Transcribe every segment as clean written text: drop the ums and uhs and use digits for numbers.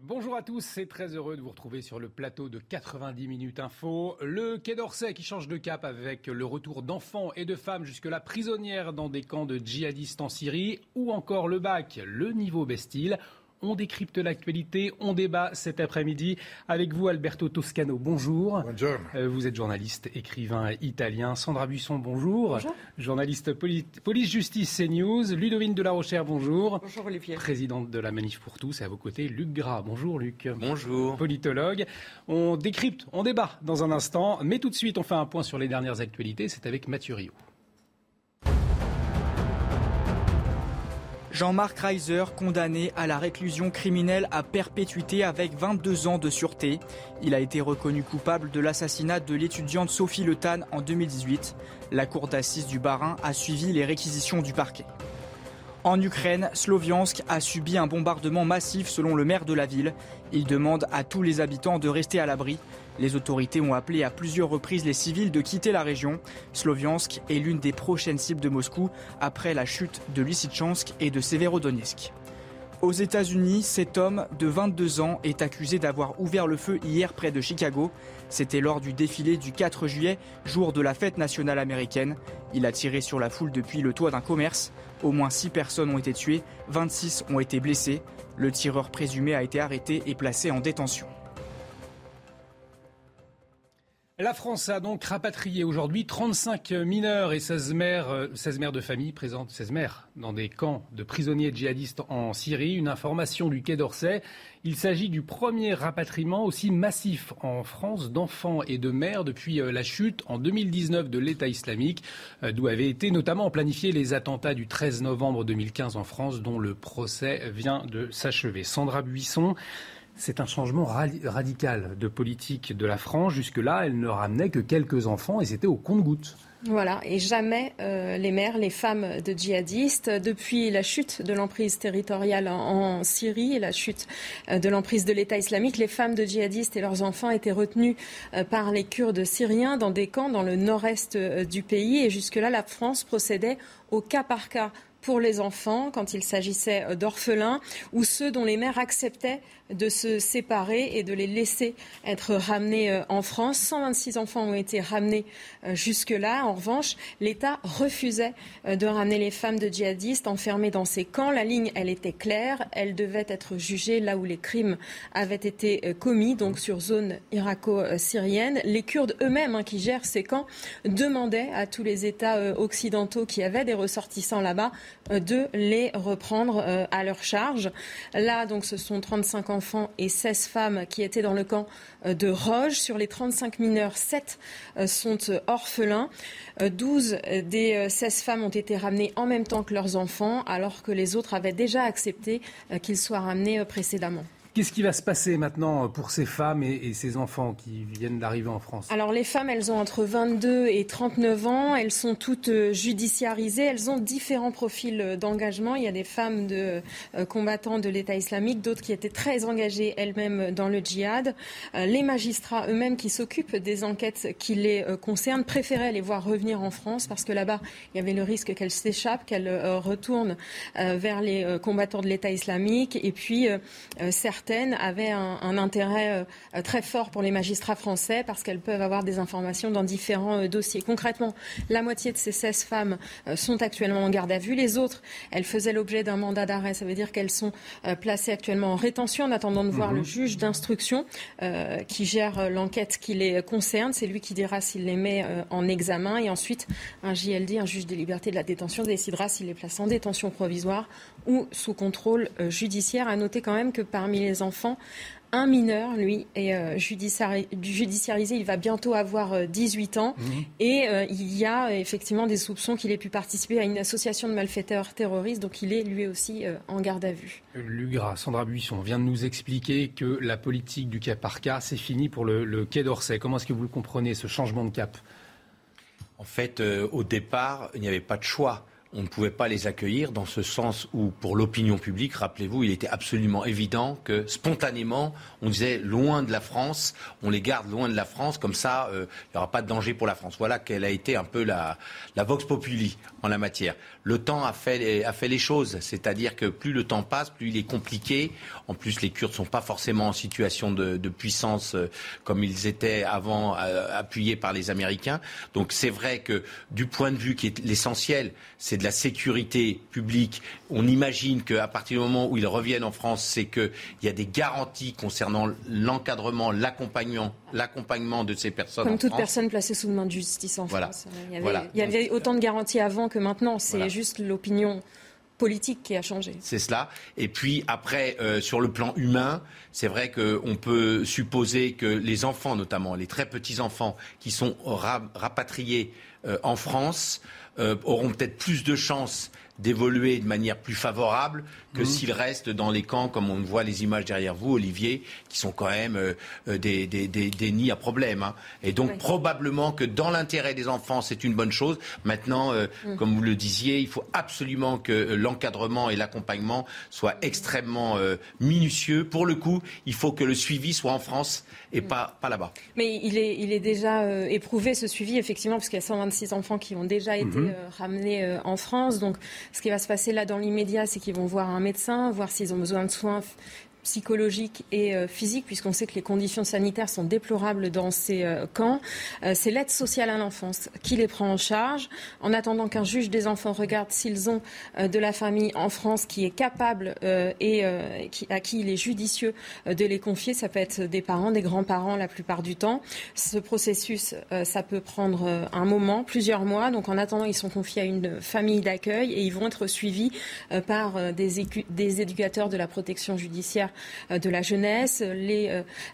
Bonjour à tous, c'est très heureux de vous retrouver sur le plateau de 90 minutes info. Le Quai d'Orsay qui change de cap avec le retour d'enfants et de femmes jusque-là prisonnières dans des camps de djihadistes en Syrie, ou encore le bac, le niveau Bastille. On décrypte l'actualité, on débat cet après-midi avec vous Alberto Toscano, bonjour. Bonjour. Vous êtes journaliste, écrivain italien. Sandra Buisson, bonjour. Bonjour. Journaliste police-justice CNews. Ludovine de la Rochère, bonjour. Bonjour Olivier. Présidente de la Manif pour tous et à vos côtés, Luc Gras. Bonjour Luc. Bonjour. Politologue. On décrypte, on débat dans un instant, mais tout de suite on fait un point sur les dernières actualités. C'est avec Mathieu Rio. Jean-Marc Reiser, condamné à la réclusion criminelle à perpétuité avec 22 ans de sûreté. Il a été reconnu coupable de l'assassinat de l'étudiante Sophie Le Tan en 2018. La cour d'assises du Bas-Rhin a suivi les réquisitions du parquet. En Ukraine, Sloviansk a subi un bombardement massif selon le maire de la ville. Il demande à tous les habitants de rester à l'abri. Les autorités ont appelé à plusieurs reprises les civils de quitter la région. Sloviansk est l'une des prochaines cibles de Moscou après la chute de Lysychansk et de Severodonetsk. Aux États-Unis, cet homme de 22 ans est accusé d'avoir ouvert le feu hier près de Chicago. C'était lors du défilé du 4 juillet, jour de la fête nationale américaine. Il a tiré sur la foule depuis le toit d'un commerce. Au moins 6 personnes ont été tuées, 26 ont été blessées. Le tireur présumé a été arrêté et placé en détention. La France a donc rapatrié aujourd'hui 35 mineurs et 16 mères de famille présentes, 16 mères dans des camps de prisonniers djihadistes en Syrie. Une information du Quai d'Orsay. Il s'agit du premier rapatriement aussi massif en France d'enfants et de mères depuis la chute en 2019 de l'État islamique, d'où avaient été notamment planifiés les attentats du 13 novembre 2015 en France, dont le procès vient de s'achever. Sandra Buisson. C'est un changement radical de politique de la France. Jusque-là, elle ne ramenait que quelques enfants et c'était au compte-gouttes. Voilà, et jamais les mères, les femmes de djihadistes, depuis la chute de l'emprise territoriale en Syrie et la chute de l'emprise de l'État islamique, les femmes de djihadistes et leurs enfants étaient retenus par les Kurdes syriens dans des camps dans le nord-est du pays. Et jusque-là, la France procédait au cas par cas pour les enfants, quand il s'agissait d'orphelins ou ceux dont les mères acceptaient de se séparer et de les laisser être ramenés en France. 126 enfants ont été ramenés jusque-là. En revanche, l'État refusait de ramener les femmes de djihadistes enfermées dans ces camps. La ligne, elle était claire. Elle devait être jugée là où les crimes avaient été commis, donc sur zone irako-syrienne. Les Kurdes eux-mêmes, qui gèrent ces camps, demandaient à tous les États occidentaux qui avaient des ressortissants là-bas de les reprendre à leur charge. Là, donc, ce sont 35 enfants et 16 femmes qui étaient dans le camp de Roge. Sur les 35 mineurs, 7 sont orphelins. 12 des 16 femmes ont été ramenées en même temps que leurs enfants, alors que les autres avaient déjà accepté qu'ils soient ramenés précédemment. Qu'est-ce qui va se passer maintenant pour ces femmes et ces enfants qui viennent d'arriver en France ? Alors les femmes, elles ont entre 22 et 39 ans. Elles sont toutes judiciarisées. Elles ont différents profils d'engagement. Il y a des femmes de combattants de l'État islamique, d'autres qui étaient très engagées elles-mêmes dans le djihad. Les magistrats eux-mêmes qui s'occupent des enquêtes qui les concernent préféraient les voir revenir en France parce que là-bas, il y avait le risque qu'elles s'échappent, qu'elles retournent vers les combattants de l'État islamique. Et puis, certaines avaient un intérêt très fort pour les magistrats français parce qu'elles peuvent avoir des informations dans différents dossiers. Concrètement, la moitié de ces 16 femmes sont actuellement en garde à vue. Les autres, elles faisaient l'objet d'un mandat d'arrêt. Ça veut dire qu'elles sont placées actuellement en rétention en attendant de voir le juge d'instruction qui gère l'enquête qui les concerne. C'est lui qui dira s'il les met en examen. Et ensuite, un JLD, un juge des libertés de la détention, décidera s'il les place en détention provisoire ou sous contrôle judiciaire. À noter quand même que parmi les enfants, un mineur, lui, est judiciarisé. Il va bientôt avoir 18 ans. Et il y a effectivement des soupçons qu'il ait pu participer à une association de malfaiteurs terroristes. Donc il est lui aussi en garde à vue. Luc Gras, Sandra Buisson vient de nous expliquer que la politique du cas par cas, c'est fini pour le Quai d'Orsay. Comment est-ce que vous le comprenez, ce changement de cap ? En fait, au départ, il n'y avait pas de choix. on ne pouvait pas les accueillir dans ce sens où, pour l'opinion publique, rappelez-vous, il était absolument évident que, spontanément, on disait loin de la France, on les garde loin de la France, comme ça, il n'y aura pas de danger pour la France. Voilà quelle a été un peu la vox populi en la matière. Le temps a fait les choses, c'est-à-dire que plus le temps passe, plus il est compliqué. En plus, les Kurdes ne sont pas forcément en situation de puissance comme ils étaient avant, appuyés par les Américains. Donc c'est vrai que, du point de vue qui est l'essentiel, c'est de la sécurité publique. On imagine qu'à partir du moment où ils reviennent en France, c'est qu'il y a des garanties concernant l'encadrement, l'accompagnement de ces personnes en France. Comme toute personne placée sous main de justice en France. Il y avait Donc, autant de garanties avant que maintenant. C'est juste l'opinion politique qui a changé. C'est cela. Et puis après, sur le plan humain, c'est vrai qu'on peut supposer que les enfants, notamment les très petits enfants qui sont rapatriés en France, auront peut-être plus de chances d'évoluer de manière plus favorable que s'ils restent dans les camps, comme on voit les images derrière vous, Olivier, qui sont quand même des nids à problème. Hein. Et donc probablement que dans l'intérêt des enfants, c'est une bonne chose. Maintenant, comme vous le disiez, il faut absolument que l'encadrement et l'accompagnement soient extrêmement minutieux. Pour le coup, il faut que le suivi soit en France et pas là-bas. Mais il est déjà éprouvé, ce suivi, effectivement, parce qu'il y a 126 enfants qui ont déjà été ramenés en France. Donc, ce qui va se passer là dans l'immédiat, c'est qu'ils vont voir un médecin, voir s'ils ont besoin de soins psychologiques et physiques, puisqu'on sait que les conditions sanitaires sont déplorables dans ces camps. C'est l'aide sociale à l'enfance qui les prend en charge, en attendant qu'un juge des enfants regarde s'ils ont de la famille en France qui est capable à qui il est judicieux de les confier. Ça peut être des parents, des grands-parents la plupart du temps. Ce processus, ça peut prendre un moment, plusieurs mois. Donc en attendant, ils sont confiés à une famille d'accueil et ils vont être suivis par des éducateurs de la protection judiciaire de la jeunesse, les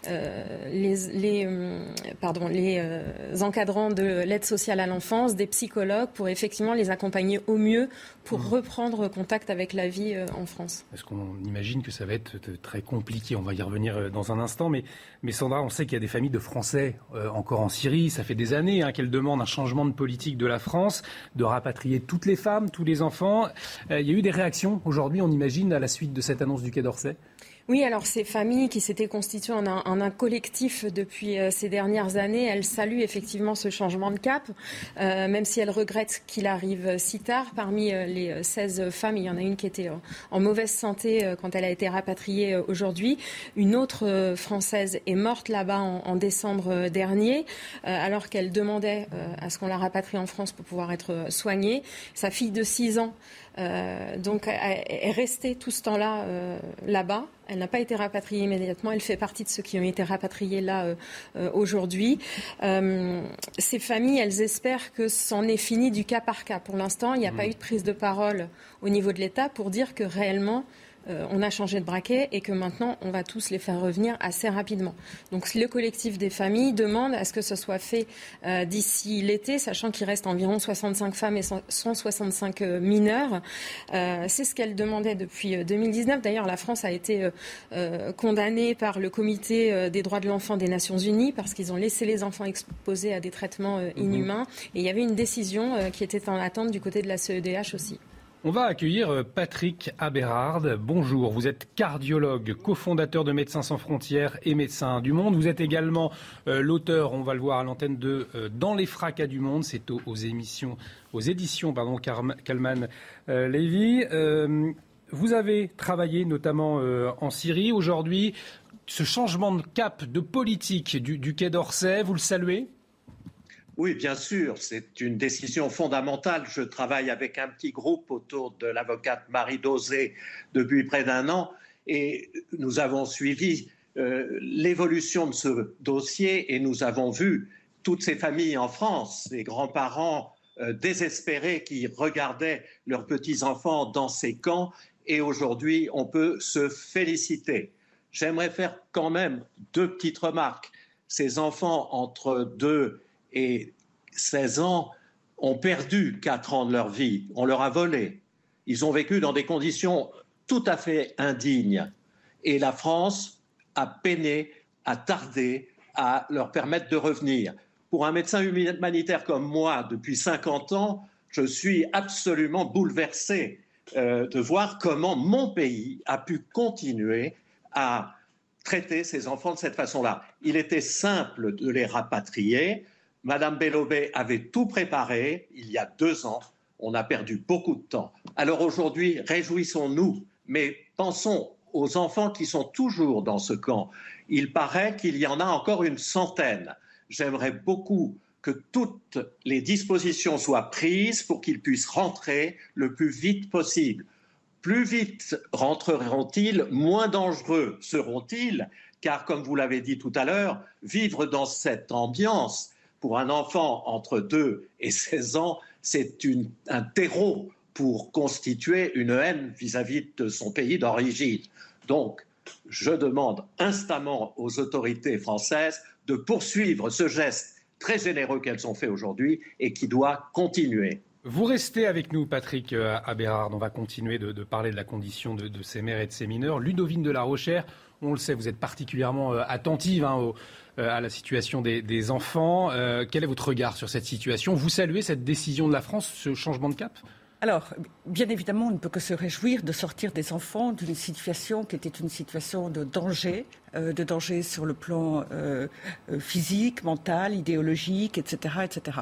encadrants de l'aide sociale à l'enfance, des psychologues pour effectivement les accompagner au mieux pour reprendre contact avec la vie en France. Est-ce qu'on imagine que ça va être très compliqué ? On va y revenir dans un instant, mais Sandra, on sait qu'il y a des familles de Français encore en Syrie. Ça fait des années qu'elles demandent un changement de politique de la France, de rapatrier toutes les femmes, tous les enfants. Il y a eu des réactions aujourd'hui, on imagine, à la suite de cette annonce du Quai d'Orsay ? Oui, alors ces familles qui s'étaient constituées en un collectif depuis ces dernières années, elles saluent effectivement ce changement de cap, même si elles regrettent qu'il arrive si tard. Parmi les 16 femmes, il y en a une qui était en mauvaise santé quand elle a été rapatriée aujourd'hui. Une autre Française est morte là-bas en décembre dernier, alors qu'elle demandait à ce qu'on la rapatrie en France pour pouvoir être soignée. Sa fille de 6 ans donc est restée tout ce temps-là là-bas. Elle n'a pas été rapatriée immédiatement. Elle fait partie de ceux qui ont été rapatriés là aujourd'hui. Ces familles, elles espèrent que c'en est fini du cas par cas. Pour l'instant, il n'y a pas eu de prise de parole au niveau de l'État pour dire que réellement on a changé de braquet et que maintenant on va tous les faire revenir assez rapidement. Donc le collectif des familles demande à ce que ce soit fait d'ici l'été, sachant qu'il reste environ 65 femmes et 165 mineurs. C'est ce qu'elle demandait depuis 2019. D'ailleurs, la France a été condamnée par le Comité des droits de l'enfant des Nations Unies parce qu'ils ont laissé les enfants exposés à des traitements inhumains. Et il y avait une décision qui était en attente du côté de la CEDH aussi. On va accueillir Patrick Aberhard. Bonjour, vous êtes cardiologue, cofondateur de Médecins sans frontières et Médecins du monde. Vous êtes également l'auteur, on va le voir à l'antenne de Dans les fracas du monde. C'est aux éditions Kalman Levy. Vous avez travaillé notamment en Syrie. Aujourd'hui, ce changement de cap de politique du Quai d'Orsay, vous le saluez ? Oui, bien sûr, c'est une décision fondamentale. Je travaille avec un petit groupe autour de l'avocate Marie Dosé depuis près d'1 an et nous avons suivi l'évolution de ce dossier et nous avons vu toutes ces familles en France, ces grands-parents désespérés qui regardaient leurs petits-enfants dans ces camps et aujourd'hui on peut se féliciter. J'aimerais faire quand même 2 petites remarques. Ces enfants entre 2 et 16 ans ont perdu 4 ans de leur vie. On leur a volé. Ils ont vécu dans des conditions tout à fait indignes. Et la France a peiné, a tardé à leur permettre de revenir. Pour un médecin humanitaire comme moi, depuis 50 ans, je suis absolument bouleversé de voir comment mon pays a pu continuer à traiter ces enfants de cette façon-là. Il était simple de les rapatrier. Madame Belloubet avait tout préparé il y a 2 ans. On a perdu beaucoup de temps. Alors aujourd'hui, réjouissons-nous, mais pensons aux enfants qui sont toujours dans ce camp. Il paraît qu'il y en a encore une centaine. J'aimerais beaucoup que toutes les dispositions soient prises pour qu'ils puissent rentrer le plus vite possible. Plus vite rentreront-ils, moins dangereux seront-ils, car comme vous l'avez dit tout à l'heure, vivre dans cette ambiance pour un enfant entre 2 et 16 ans, c'est un terreau pour constituer une haine vis-à-vis de son pays d'origine. Donc, je demande instamment aux autorités françaises de poursuivre ce geste très généreux qu'elles ont fait aujourd'hui et qui doit continuer. Vous restez avec nous, Patrick Aberard. On va continuer de parler de la condition de ces mères et de ces mineurs. Ludovine de la Rochère, on le sait, vous êtes particulièrement attentive à la situation des enfants. Quel est votre regard sur cette situation ? Vous saluez cette décision de la France, ce changement de cap ? Alors, bien évidemment, on ne peut que se réjouir de sortir des enfants d'une situation qui était une situation de danger sur le plan physique, mental, idéologique, etc., etc.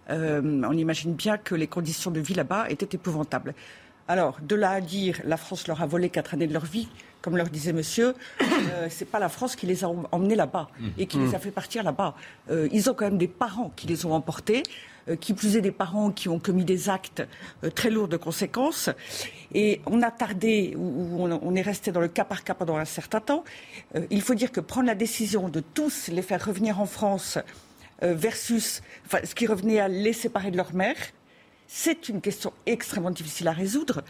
On imagine bien que les conditions de vie là-bas étaient épouvantables. Alors, de là à dire, la France leur a volé 4 années de leur vie, comme leur disait monsieur, c'est pas la France qui les a emmenés là-bas et qui les a fait partir là-bas. Ils ont quand même des parents qui les ont emportés, qui plus est des parents qui ont commis des actes très lourds de conséquences. Et on a tardé, ou on est resté dans le cas par cas pendant un certain temps. Il faut dire que prendre la décision de tous les faire revenir en France versus ce qui revenait à les séparer de leur mère, c'est une question extrêmement difficile à résoudre.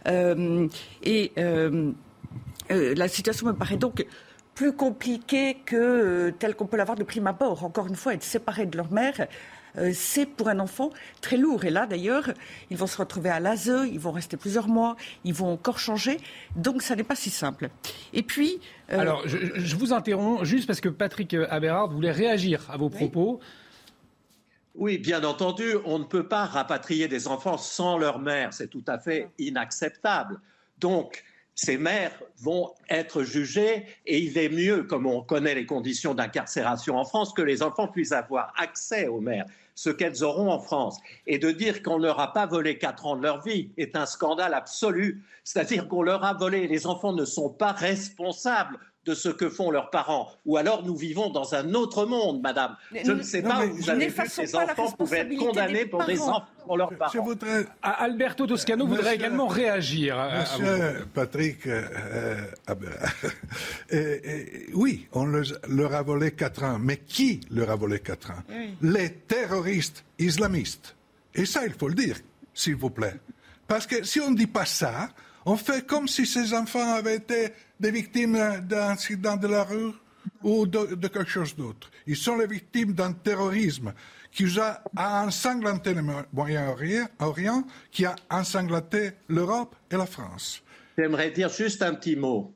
La situation me paraît donc plus compliquée que telle qu'on peut l'avoir de prime abord. Encore une fois, être séparés de leur mère, c'est pour un enfant très lourd. Et là, d'ailleurs, ils vont se retrouver à l'ASE, ils vont rester plusieurs mois, ils vont encore changer. Donc, ça n'est pas si simple. Et puis... Alors, je vous interromps juste parce que Patrick Aberard voulait réagir à vos propos. Oui, bien entendu, on ne peut pas rapatrier des enfants sans leur mère. C'est tout à fait inacceptable. Donc, ces mères vont être jugées et il est mieux, comme on connaît les conditions d'incarcération en France, que les enfants puissent avoir accès aux mères, ce qu'elles auront en France. Et de dire qu'on ne leur a pas volé 4 ans de leur vie est un scandale absolu. C'est-à-dire qu'on leur a volé. Les enfants ne sont pas responsables de ce que font leurs parents. Ou alors nous vivons dans un autre monde, madame. Je ne sais pas où vous avez vu que ces enfants pouvaient être condamnés pour des enfants pour leurs parents. Alberto Toscano voudrait également réagir. Monsieur Patrick Aberard, oui, on leur a volé 4 ans. Mais qui leur a volé 4 ans ? Oui. Les terroristes islamistes. Et ça, il faut le dire, s'il vous plaît. Parce que si on ne dit pas ça, on fait comme si ces enfants avaient été des victimes d'un accident de la rue ou de quelque chose d'autre. Ils sont les victimes d'un terrorisme qui a ensanglanté le Moyen-Orient, qui a ensanglanté l'Europe et la France. J'aimerais dire juste un petit mot.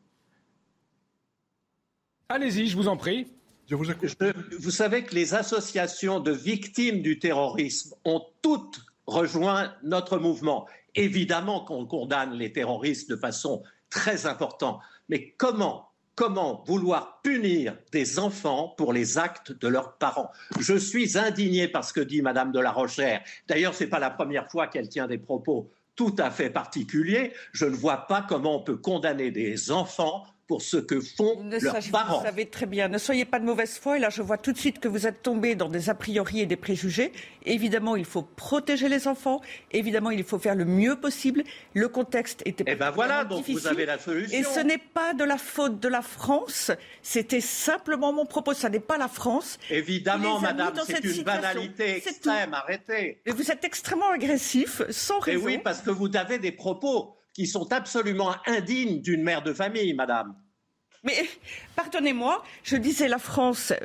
Allez-y, je vous en prie. Je vous écoute. Vous savez que les associations de victimes du terrorisme ont toutes rejoint notre mouvement. Évidemment qu'on condamne les terroristes de façon très importante. Mais comment vouloir punir des enfants pour les actes de leurs parents ? Je suis indigné par ce que dit Madame de la Rochère. D'ailleurs, ce n'est pas la première fois qu'elle tient des propos tout à fait particuliers. Je ne vois pas comment on peut condamner des enfants pour ce que font leurs parents. Vous savez très bien, ne soyez pas de mauvaise foi. Et là, je vois tout de suite que vous êtes tombé dans des a priori et des préjugés. Évidemment, il faut protéger les enfants. Évidemment, il faut faire le mieux possible. Le contexte était difficile. Voilà, donc vous avez la solution. Et ce n'est pas de la faute de la France. C'était simplement mon propos. Ça n'est pas la France. Évidemment, madame, c'est une banalité extrême. Arrêtez. Et vous êtes extrêmement agressif, sans raison. Et oui, parce que vous avez des propos qui sont absolument indignes d'une mère de famille, madame. Mais pardonnez-moi, je disais la France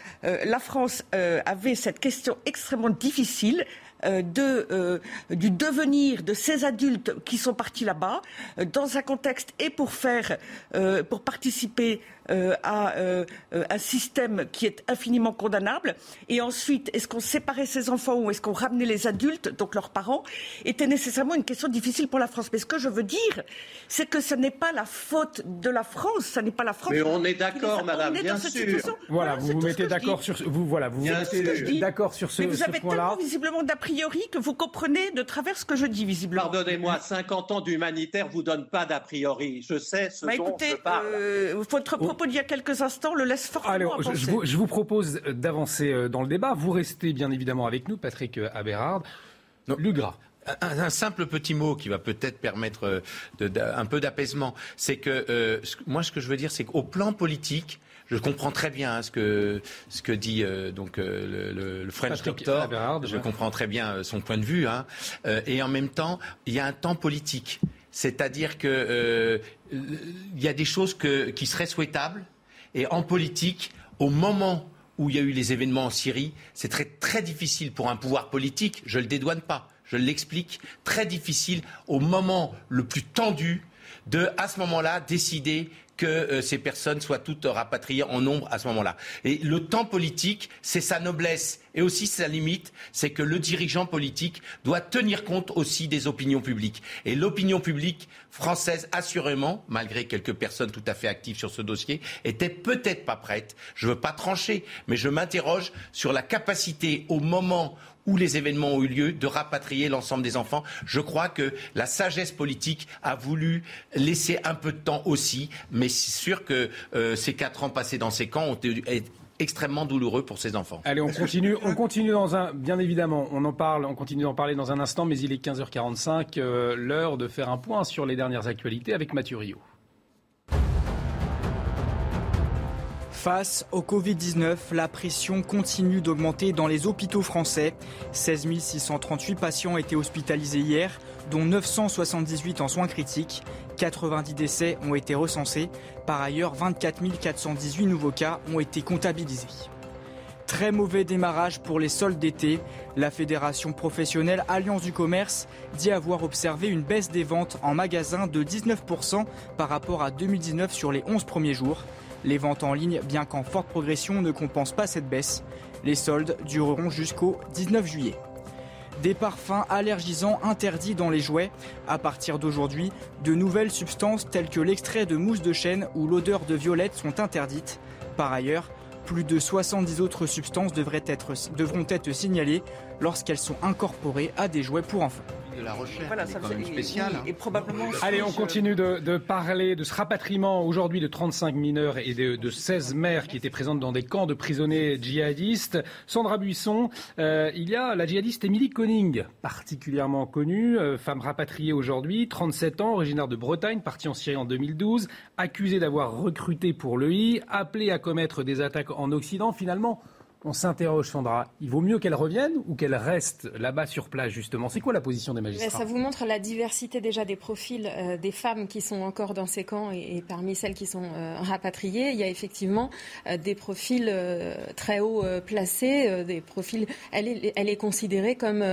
avait cette question extrêmement difficile du devenir de ces adultes qui sont partis là-bas dans un contexte et pour participer à un système qui est infiniment condamnable. Et ensuite, est-ce qu'on séparait ces enfants ou est-ce qu'on ramenait les adultes, donc leurs parents, était nécessairement une question difficile pour la France. Mais ce que je veux dire, c'est que ce n'est pas la faute de la France, ce n'est pas la France. Mais on est d'accord, madame, bien sûr. Voilà, vous vous mettez d'accord sur d'accord sur ce point-là. Mais vous avez tellement visiblement d'a priori que vous comprenez de travers ce que je dis, visiblement. Pardonnez-moi, 50 ans d'humanitaire vous donnent pas d'a priori. Je sais ce dont je parle. Votre propos d'il y a quelques instants le laisse fortement à penser. Je vous propose d'avancer dans le débat. Vous restez bien évidemment avec nous, Patrick Aberhard. Lugras. Un simple petit mot qui va peut-être permettre un peu d'apaisement, c'est que moi ce que je veux dire, c'est qu'au plan politique, je comprends très bien ce que dit le French Patrick Doctor. Aberhard, je comprends très bien son point de vue, et en même temps, il y a un temps politique, c'est-à-dire que il y a des choses qui seraient souhaitables, et en politique, au moment où il y a eu les événements en Syrie, c'est très, très difficile pour un pouvoir politique, je ne le dédouane pas, je l'explique, très difficile au moment le plus tendu à ce moment-là, décider que ces personnes soient toutes rapatriées en nombre à ce moment-là. Et le temps politique, c'est sa noblesse et aussi sa limite, c'est que le dirigeant politique doit tenir compte aussi des opinions publiques. Et l'opinion publique française, assurément, malgré quelques personnes tout à fait actives sur ce dossier, était peut-être pas prête. Je ne veux pas trancher, mais je m'interroge sur la capacité au moment où les événements ont eu lieu, de rapatrier l'ensemble des enfants. Je crois que la sagesse politique a voulu laisser un peu de temps aussi, mais c'est sûr que ces 4 ans passés dans ces camps ont été extrêmement douloureux pour ces enfants. Allez, on continue bien évidemment, on continue d'en parler dans un instant, mais il est 15h45, l'heure de faire un point sur les dernières actualités avec Mathieu Rio. Face au Covid-19, la pression continue d'augmenter dans les hôpitaux français. 16 638 patients étaient hospitalisés hier, dont 978 en soins critiques. 90 décès ont été recensés. Par ailleurs, 24 418 nouveaux cas ont été comptabilisés. Très mauvais démarrage pour les soldes d'été. La fédération professionnelle Alliance du commerce dit avoir observé une baisse des ventes en magasin de 19% par rapport à 2019 sur les 11 premiers jours. Les ventes en ligne, bien qu'en forte progression, ne compensent pas cette baisse. Les soldes dureront jusqu'au 19 juillet. Des parfums allergisants interdits dans les jouets. À partir d'aujourd'hui, de nouvelles substances telles que l'extrait de mousse de chêne ou l'odeur de violette sont interdites. Par ailleurs, plus de 70 autres substances devront être signalées lorsqu'elles sont incorporées à des jouets pour enfants. De la recherche, voilà, c'est quand même spécial. Et probablement. Allez, on continue de parler de ce rapatriement aujourd'hui de 35 mineurs et de 16 mères qui étaient présentes dans des camps de prisonniers djihadistes. Sandra Buisson, il y a la djihadiste Émilie Koning, particulièrement connue, femme rapatriée aujourd'hui, 37 ans, originaire de Bretagne, partie en Syrie en 2012, accusée d'avoir recruté pour l'EI, appelée à commettre des attaques en Occident. Finalement, on s'interroge, Sandra, il vaut mieux qu'elle revienne ou qu'elle reste là-bas sur place, justement? C'est quoi la position des magistrats? Ça vous montre la diversité déjà des profils des femmes qui sont encore dans ces camps et parmi celles qui sont rapatriées, il y a effectivement des profils très haut placés, des profils. Elle est considérée comme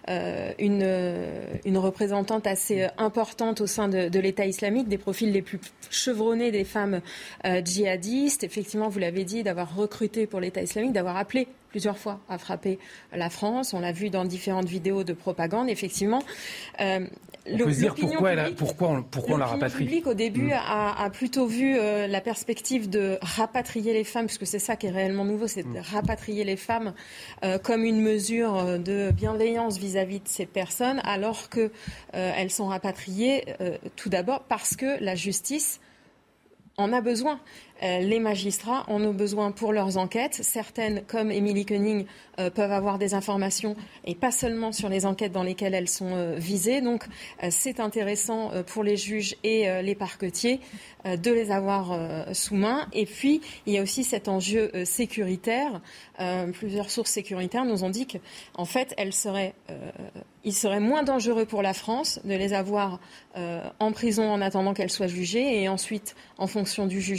une représentante assez importante au sein de l'État islamique, des profils les plus chevronnés des femmes djihadistes. Effectivement, vous l'avez dit, d'avoir recruté pour l'État islamique, d'avoir appelé plusieurs fois à frapper la France. On l'a vu dans différentes vidéos de propagande. Effectivement, on peut se dire pourquoi on la rapatrie. Le public, au début, a plutôt vu la perspective de rapatrier les femmes, puisque c'est ça qui est réellement nouveau, c'est de rapatrier les femmes comme une mesure de bienveillance vis-à-vis de ces personnes, alors qu'elles sont rapatriées tout d'abord parce que la justice en a besoin. Les magistrats en ont besoin pour leurs enquêtes. Certaines, comme Émilie Koning, peuvent avoir des informations, et pas seulement sur les enquêtes dans lesquelles elles sont visées. Donc, c'est intéressant pour les juges et les parquetiers de les avoir sous main. Et puis, il y a aussi cet enjeu sécuritaire. Plusieurs sources sécuritaires nous ont dit qu'en fait, il serait moins dangereux pour la France de les avoir en prison en attendant qu'elles soient jugées et ensuite, en fonction du jugement,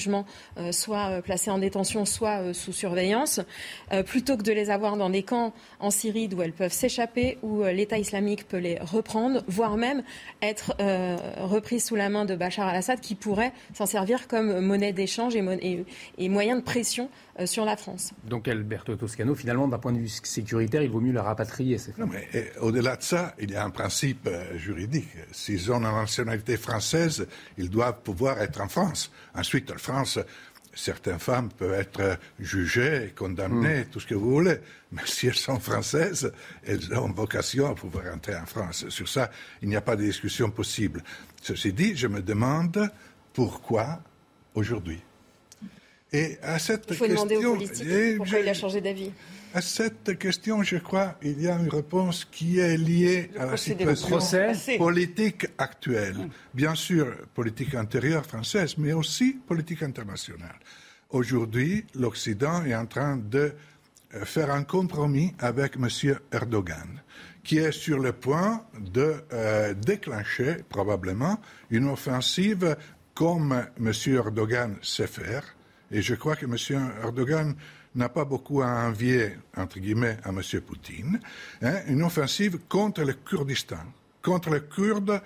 soit placés en détention, soit sous surveillance, plutôt que de les avoir dans des camps en Syrie d'où elles peuvent s'échapper, où l'État islamique peut les reprendre, voire même être reprises sous la main de Bachar al-Assad, qui pourrait s'en servir comme monnaie d'échange et moyen de pression sur la France. Donc Alberto Toscano, finalement, d'un point de vue sécuritaire, il vaut mieux la rapatrier. Non, mais au-delà de ça, il y a un principe juridique. S'ils ont la nationalité française, ils doivent pouvoir être en France. Ensuite, en France, certaines femmes peuvent être jugées, condamnées, tout ce que vous voulez. Mais si elles sont françaises, elles ont vocation à pouvoir entrer en France. Sur ça, il n'y a pas de discussion possible. Ceci dit, je me demande pourquoi aujourd'hui. Et à cette il faut question, demander aux politiques pourquoi il a changé d'avis. À cette question, je crois, il y a une réponse qui est liée à la situation politique actuelle. Bien sûr, politique intérieure française, mais aussi politique internationale. Aujourd'hui, l'Occident est en train de faire un compromis avec M. Erdogan, qui est sur le point de déclencher, probablement, une offensive comme M. Erdogan sait faire. Et je crois que M. Erdogan n'a pas beaucoup à envier, entre guillemets, à M. Poutine, une offensive contre le Kurdistan, contre les Kurdes,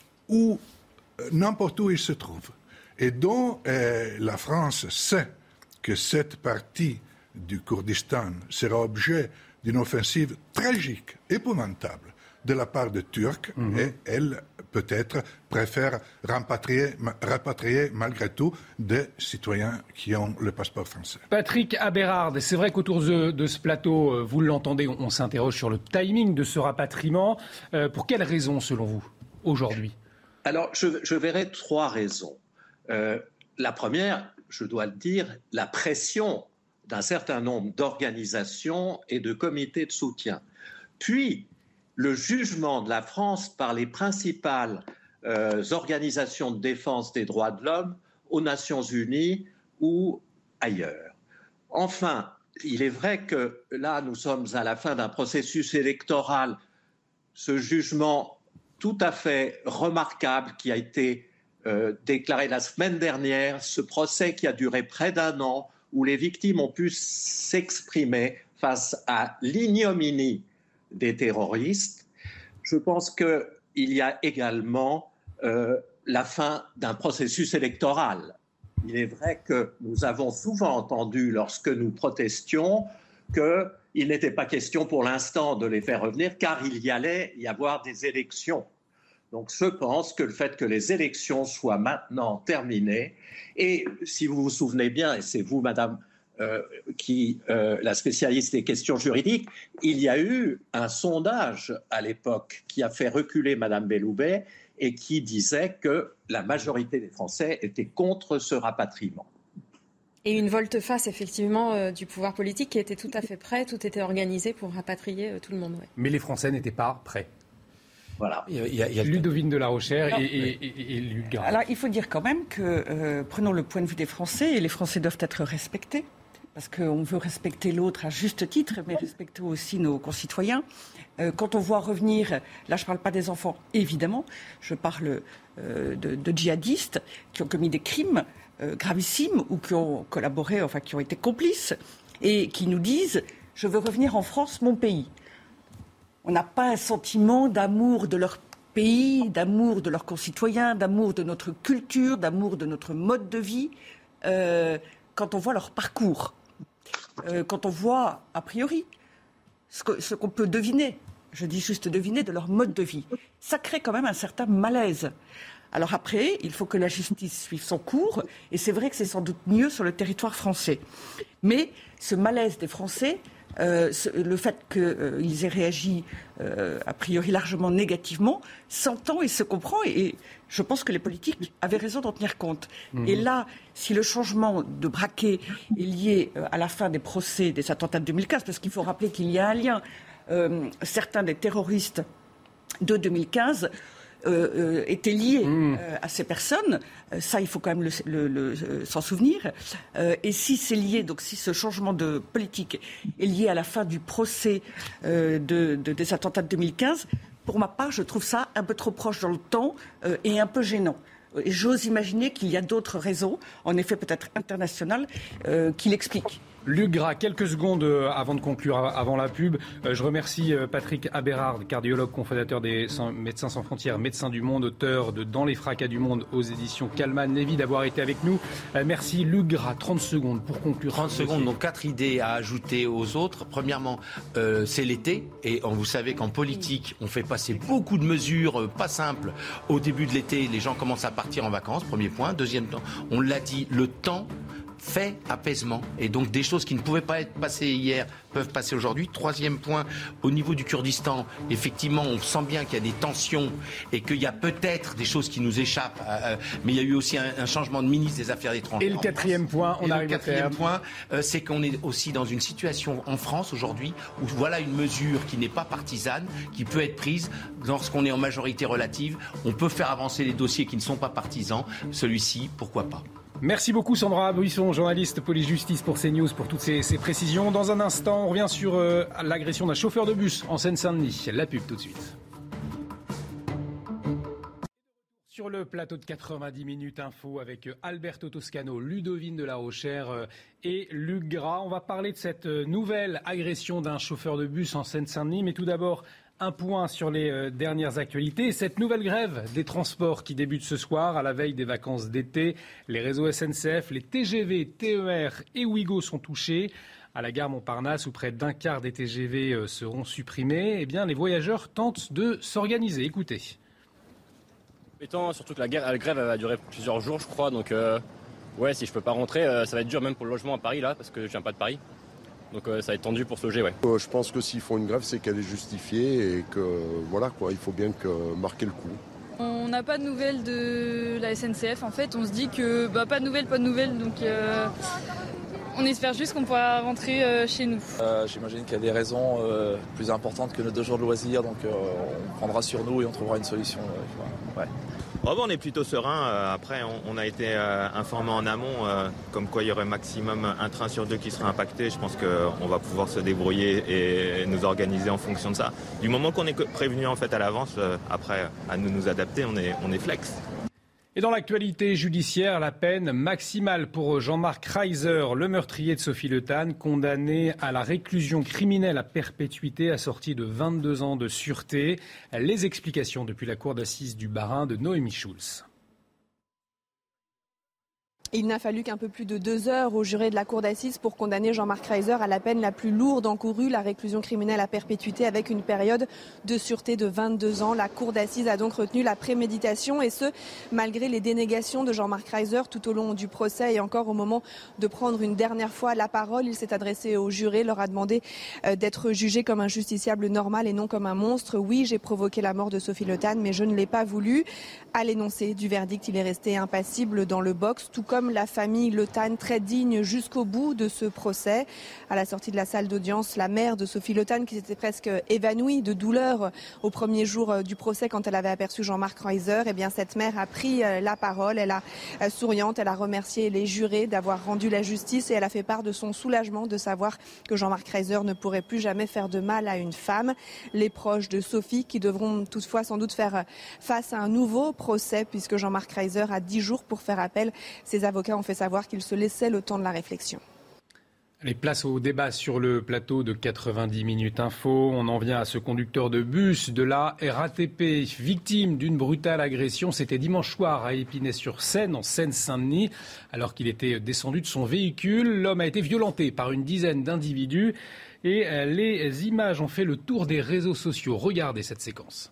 n'importe où ils se trouvent. Et dont la France sait que cette partie du Kurdistan sera objet d'une offensive tragique, épouvantable, de la part des Turcs, et elle, peut-être, préfère rapatrier malgré tout des citoyens qui ont le passeport français. Patrick Aberard, c'est vrai qu'autour de ce plateau, vous l'entendez, on s'interroge sur le timing de ce rapatriement. Pour quelles raisons, selon vous, aujourd'hui ? Alors, je verrai 3 raisons. La première, je dois le dire, la pression d'un certain nombre d'organisations et de comités de soutien. Puis, le jugement de la France par les principales organisations de défense des droits de l'homme aux Nations Unies ou ailleurs. Enfin, il est vrai que là, nous sommes à la fin d'un processus électoral. Ce jugement tout à fait remarquable qui a été déclaré la semaine dernière, ce procès qui a duré près d'1 an, où les victimes ont pu s'exprimer face à l'ignominie des terroristes. Je pense qu'il y a également la fin d'un processus électoral. Il est vrai que nous avons souvent entendu, lorsque nous protestions, qu'il n'était pas question pour l'instant de les faire revenir, car il y allait y avoir des élections. Donc je pense que le fait que les élections soient maintenant terminées, et si vous vous souvenez bien, et c'est vous, Madame, la spécialiste des questions juridiques, il y a eu un sondage à l'époque qui a fait reculer Madame Belloubet et qui disait que la majorité des Français étaient contre ce rapatriement. Et une volte-face, effectivement, du pouvoir politique qui était tout à fait prêt, tout était organisé pour rapatrier tout le monde. Ouais. Mais les Français n'étaient pas prêts. Voilà. Il y a Ludovine de La Rochère et Luc Garand. Alors, il faut dire quand même que, prenons le point de vue des Français, et les Français doivent être respectés, parce qu'on veut respecter l'autre à juste titre, mais respecter aussi nos concitoyens. Quand on voit revenir, là je ne parle pas des enfants, évidemment, je parle de djihadistes qui ont commis des crimes gravissimes ou qui ont collaboré, enfin qui ont été complices, et qui nous disent « je veux revenir en France, mon pays ». On n'a pas un sentiment d'amour de leur pays, d'amour de leurs concitoyens, d'amour de notre culture, d'amour de notre mode de vie, quand on voit leur parcours, quand on voit, a priori, ce qu'on peut deviner, je dis juste deviner, de leur mode de vie. Ça crée quand même un certain malaise. Alors après, il faut que la justice suive son cours, et c'est vrai que c'est sans doute mieux sur le territoire français. Mais ce malaise des Français, le fait qu'ils aient réagi a priori largement négativement s'entend et se comprend, et je pense que les politiques avaient raison d'en tenir compte. Et là, si le changement de braquet est lié à la fin des procès des attentats de 2015, parce qu'il faut rappeler qu'il y a un lien, certains des terroristes de 2015 étaient liés à ces personnes, ça il faut quand même s'en souvenir, et si c'est lié, donc si ce changement de politique est lié à la fin du procès des attentats de 2015, pour ma part je trouve ça un peu trop proche dans le temps et un peu gênant. Et j'ose imaginer qu'il y a d'autres raisons, en effet peut-être internationales, qui l'expliquent. Luc Gras, quelques secondes avant de conclure, avant la pub. Je remercie Patrick Aberard, cardiologue, cofondateur des Médecins sans frontières, médecin du monde, auteur de Dans les fracas du monde aux éditions Kalman Levy, d'avoir été avec nous. Merci Luc Gras, 30 secondes pour conclure. 30 secondes, donc 4 idées à ajouter aux autres. Premièrement, c'est l'été et vous savez qu'en politique, on fait passer beaucoup de mesures pas simples. Au début de l'été, les gens commencent à partir en vacances, premier point. Deuxième temps, on l'a dit, le temps fait apaisement et donc des choses qui ne pouvaient pas être passées hier peuvent passer aujourd'hui. Troisième point, au niveau du Kurdistan, effectivement, on sent bien qu'il y a des tensions et qu'il y a peut-être des choses qui nous échappent, mais il y a eu aussi un changement de ministre des Affaires étrangères. Et le quatrième point, on arrive au terme. Le quatrième point, c'est qu'on est aussi dans une situation en France aujourd'hui où voilà une mesure qui n'est pas partisane, qui peut être prise lorsqu'on est en majorité relative. On peut faire avancer les dossiers qui ne sont pas partisans. Celui-ci, pourquoi pas? Merci beaucoup Sandra Buisson, journaliste police-justice pour CNews, pour toutes ces précisions. Dans un instant, on revient sur l'agression d'un chauffeur de bus en Seine-Saint-Denis. La pub tout de suite. Sur le plateau de 90 minutes info avec Alberto Toscano, Ludovine de la Rochère et Luc Gras. On va parler de cette nouvelle agression d'un chauffeur de bus en Seine-Saint-Denis. Mais tout d'abord, un point sur les dernières actualités. Cette nouvelle grève des transports qui débute ce soir à la veille des vacances d'été. Les réseaux SNCF, les TGV, TER et Ouigo sont touchés. À la gare Montparnasse, où près d'un quart des TGV seront supprimés, eh bien, les voyageurs tentent de s'organiser. Écoutez. Surtout que la grève va durer plusieurs jours, je crois. Donc, si je peux pas rentrer, ça va être dur même pour le logement à Paris, là, parce que je viens pas de Paris. Donc ça va être tendu pour se loger, ouais. Je pense que s'ils font une grève, c'est qu'elle est justifiée et que voilà quoi, il faut bien marquer le coup. On n'a pas de nouvelles de la SNCF en fait, on se dit que pas de nouvelles, donc on espère juste qu'on pourra rentrer chez nous. J'imagine qu'il y a des raisons plus importantes que nos 2 jours de loisirs, donc on prendra sur nous et on trouvera une solution. Ouais. On est plutôt serein. Après, on a été informé en amont, comme quoi il y aurait maximum un train sur 2 qui serait impacté. Je pense qu'on va pouvoir se débrouiller et nous organiser en fonction de ça. Du moment qu'on est prévenu en fait à l'avance, après à nous adapter, on est flex. Et dans l'actualité judiciaire, la peine maximale pour Jean-Marc Reiser, le meurtrier de Sophie Le Tan, condamné à la réclusion criminelle à perpétuité assortie de 22 ans de sûreté. Les explications depuis la cour d'assises du Bas-Rhin de Noémie Schulz. Il n'a fallu qu'un peu plus de 2 heures au juré de la cour d'assises pour condamner Jean-Marc Reiser à la peine la plus lourde encourue, la réclusion criminelle à perpétuité avec une période de sûreté de 22 ans. La cour d'assises a donc retenu la préméditation et ce, malgré les dénégations de Jean-Marc Reiser tout au long du procès et encore au moment de prendre une dernière fois la parole. Il s'est adressé aux jurés, leur a demandé d'être jugé comme un justiciable normal et non comme un monstre. Oui, j'ai provoqué la mort de Sophie Le Tan, mais je ne l'ai pas voulu. À l'énoncé du verdict, il est resté impassible dans le box, tout comme la famille Le Tan, très digne jusqu'au bout de ce procès. À la sortie de la salle d'audience, la mère de Sophie Le Tan, qui s'était presque évanouie de douleur au premier jour du procès quand elle avait aperçu Jean-Marc Reiser, eh bien cette mère a pris la parole. Elle a souriante, elle a remercié les jurés d'avoir rendu la justice et elle a fait part de son soulagement de savoir que Jean-Marc Reiser ne pourrait plus jamais faire de mal à une femme. Les proches de Sophie qui devront toutefois sans doute faire face à un nouveau procès puisque Jean-Marc Reiser a 10 jours pour faire appel. Ses avocats ont fait savoir qu'ils se laissaient le temps de la réflexion. Les places au débat sur le plateau de 90 minutes info. On en vient à ce conducteur de bus de la RATP, victime d'une brutale agression. C'était dimanche soir à Épinay-sur-Seine, en Seine-Saint-Denis. Alors qu'il était descendu de son véhicule, l'homme a été violenté par une dizaine d'individus. Et les images ont fait le tour des réseaux sociaux. Regardez cette séquence.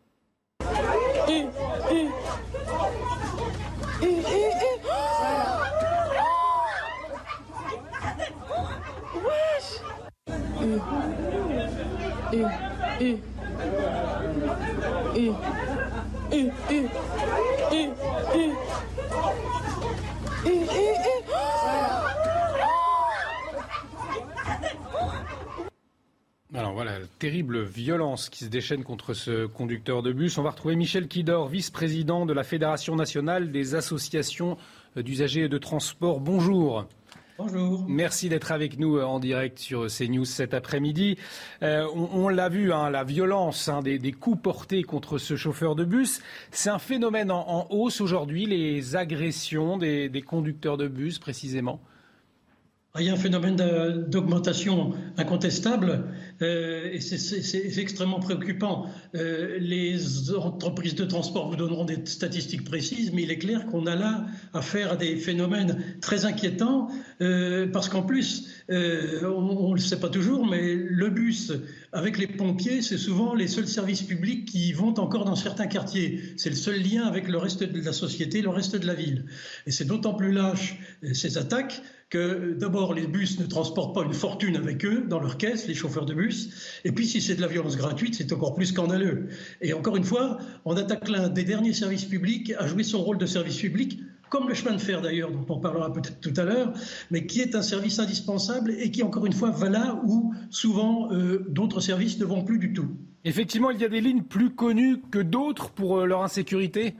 Alors voilà, terrible violence qui se déchaîne contre ce conducteur de bus. On va retrouver Michel Kidor, vice-président de la Fédération nationale des associations d'usagers de transport. Bonjour. Bonjour. Merci d'être avec nous en direct sur CNews cet après-midi. On l'a vu, la violence des coups portés contre ce chauffeur de bus, c'est un phénomène en hausse aujourd'hui, les agressions des conducteurs de bus précisément. Il y a un phénomène d'augmentation incontestable et c'est extrêmement préoccupant. Les entreprises de transport vous donneront des statistiques précises, mais il est clair qu'on a là affaire à des phénomènes très inquiétants parce qu'en plus, on ne le sait pas toujours, mais le bus avec les pompiers, c'est souvent les seuls services publics qui vont encore dans certains quartiers. C'est le seul lien avec le reste de la société, le reste de la ville. Et c'est d'autant plus lâche ces attaques que d'abord les bus ne transportent pas une fortune avec eux dans leur caisse, les chauffeurs de bus, et puis si c'est de la violence gratuite, c'est encore plus scandaleux. Et encore une fois, on attaque l'un des derniers services publics à jouer son rôle de service public, comme le chemin de fer d'ailleurs, dont on parlera peut-être tout à l'heure, mais qui est un service indispensable et qui, encore une fois, va là où souvent d'autres services ne vont plus du tout. Effectivement, il y a des lignes plus connues que d'autres pour leur insécurité.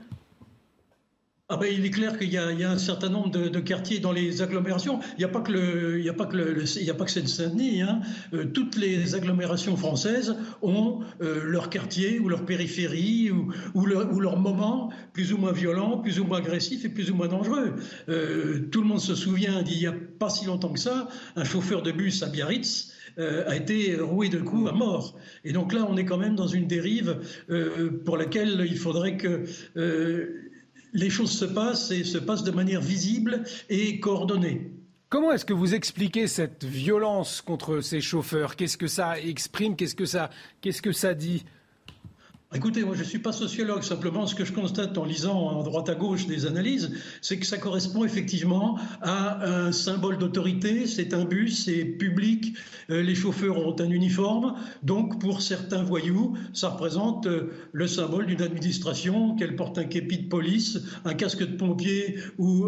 Il est clair qu'il y a un certain nombre de quartiers dans les agglomérations. Il n'y a pas que Seine-Saint-Denis. Toutes les agglomérations françaises ont leur quartier ou leur périphérie ou leur moment plus ou moins violent, plus ou moins agressif et plus ou moins dangereux. Tout le monde se souvient d'il n'y a pas si longtemps que ça, un chauffeur de bus à Biarritz a été roué de coups à mort. Et donc là, on est quand même dans une dérive pour laquelle il faudrait que les choses se passent et se passent de manière visible et coordonnée. Comment est-ce que vous expliquez cette violence contre ces chauffeurs ? Qu'est-ce que ça exprime ? Qu'est-ce que ça dit ? Écoutez, moi je ne suis pas sociologue, simplement ce que je constate en lisant à droite à gauche des analyses, c'est que ça correspond effectivement à un symbole d'autorité, c'est un bus, c'est public, les chauffeurs ont un uniforme, donc pour certains voyous, ça représente le symbole d'une administration, qu'elle porte un képi de police, un casque de pompier ou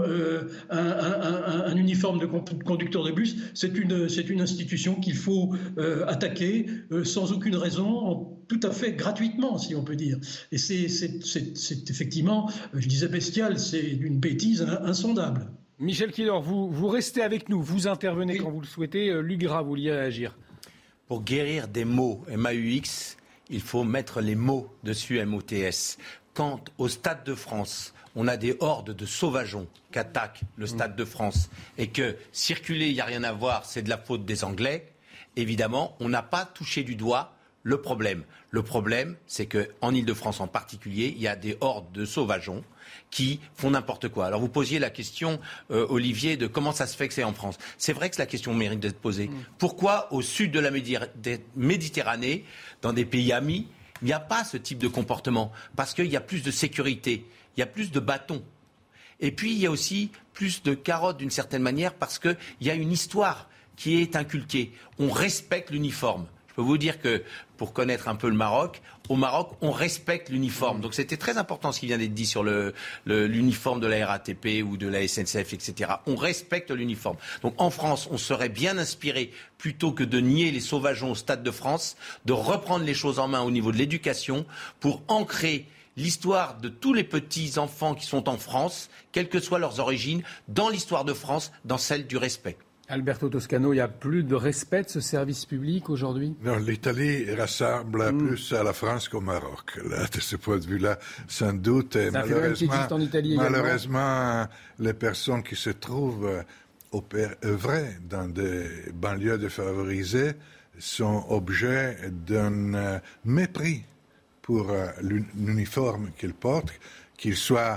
un uniforme de conducteur de bus, c'est une institution qu'il faut attaquer sans aucune raison, tout à fait gratuitement, si on peut dire. Et c'est effectivement, je disais bestial, c'est une bêtise insondable. Michel Quilor, vous restez avec nous, vous intervenez quand vous le souhaitez. Luc Gras, vous vouliez réagir. Pour guérir des mots, MAUX, il faut mettre les mots dessus, MOTS. Quand au Stade de France, on a des hordes de sauvageons qui attaquent le Stade de France et que circuler, il n'y a rien à voir, c'est de la faute des Anglais, évidemment, on n'a pas touché du doigt le problème. Le problème, c'est qu'en Ile-de-France en particulier, il y a des hordes de sauvageons qui font n'importe quoi. Alors vous posiez la question, Olivier, de comment ça se fait que c'est en France. C'est vrai que la question mérite d'être posée. Pourquoi au sud de la Méditerranée, dans des pays amis, il n'y a pas ce type de comportement ? Parce qu'il y a plus de sécurité, il y a plus de bâtons. Et puis il y a aussi plus de carottes d'une certaine manière parce qu'il y a une histoire qui est inculquée. On respecte l'uniforme. Je peux vous dire que, pour connaître un peu le Maroc, au Maroc, on respecte l'uniforme. Donc c'était très important ce qui vient d'être dit sur l'uniforme de la RATP ou de la SNCF, etc. On respecte l'uniforme. Donc en France, on serait bien inspiré, plutôt que de nier les sauvageons au Stade de France, de reprendre les choses en main au niveau de l'éducation pour ancrer l'histoire de tous les petits enfants qui sont en France, quelles que soient leurs origines, dans l'histoire de France, dans celle du respect. Alberto Toscano, il n'y a plus de respect de ce service public aujourd'hui ? Non, l'Italie ressemble plus à la France qu'au Maroc. Là, de ce point de vue-là, sans doute. Et malheureusement, les personnes qui se trouvent œuvrer dans des banlieues défavorisées sont objets d'un mépris pour l'uniforme qu'ils portent, qu'ils soient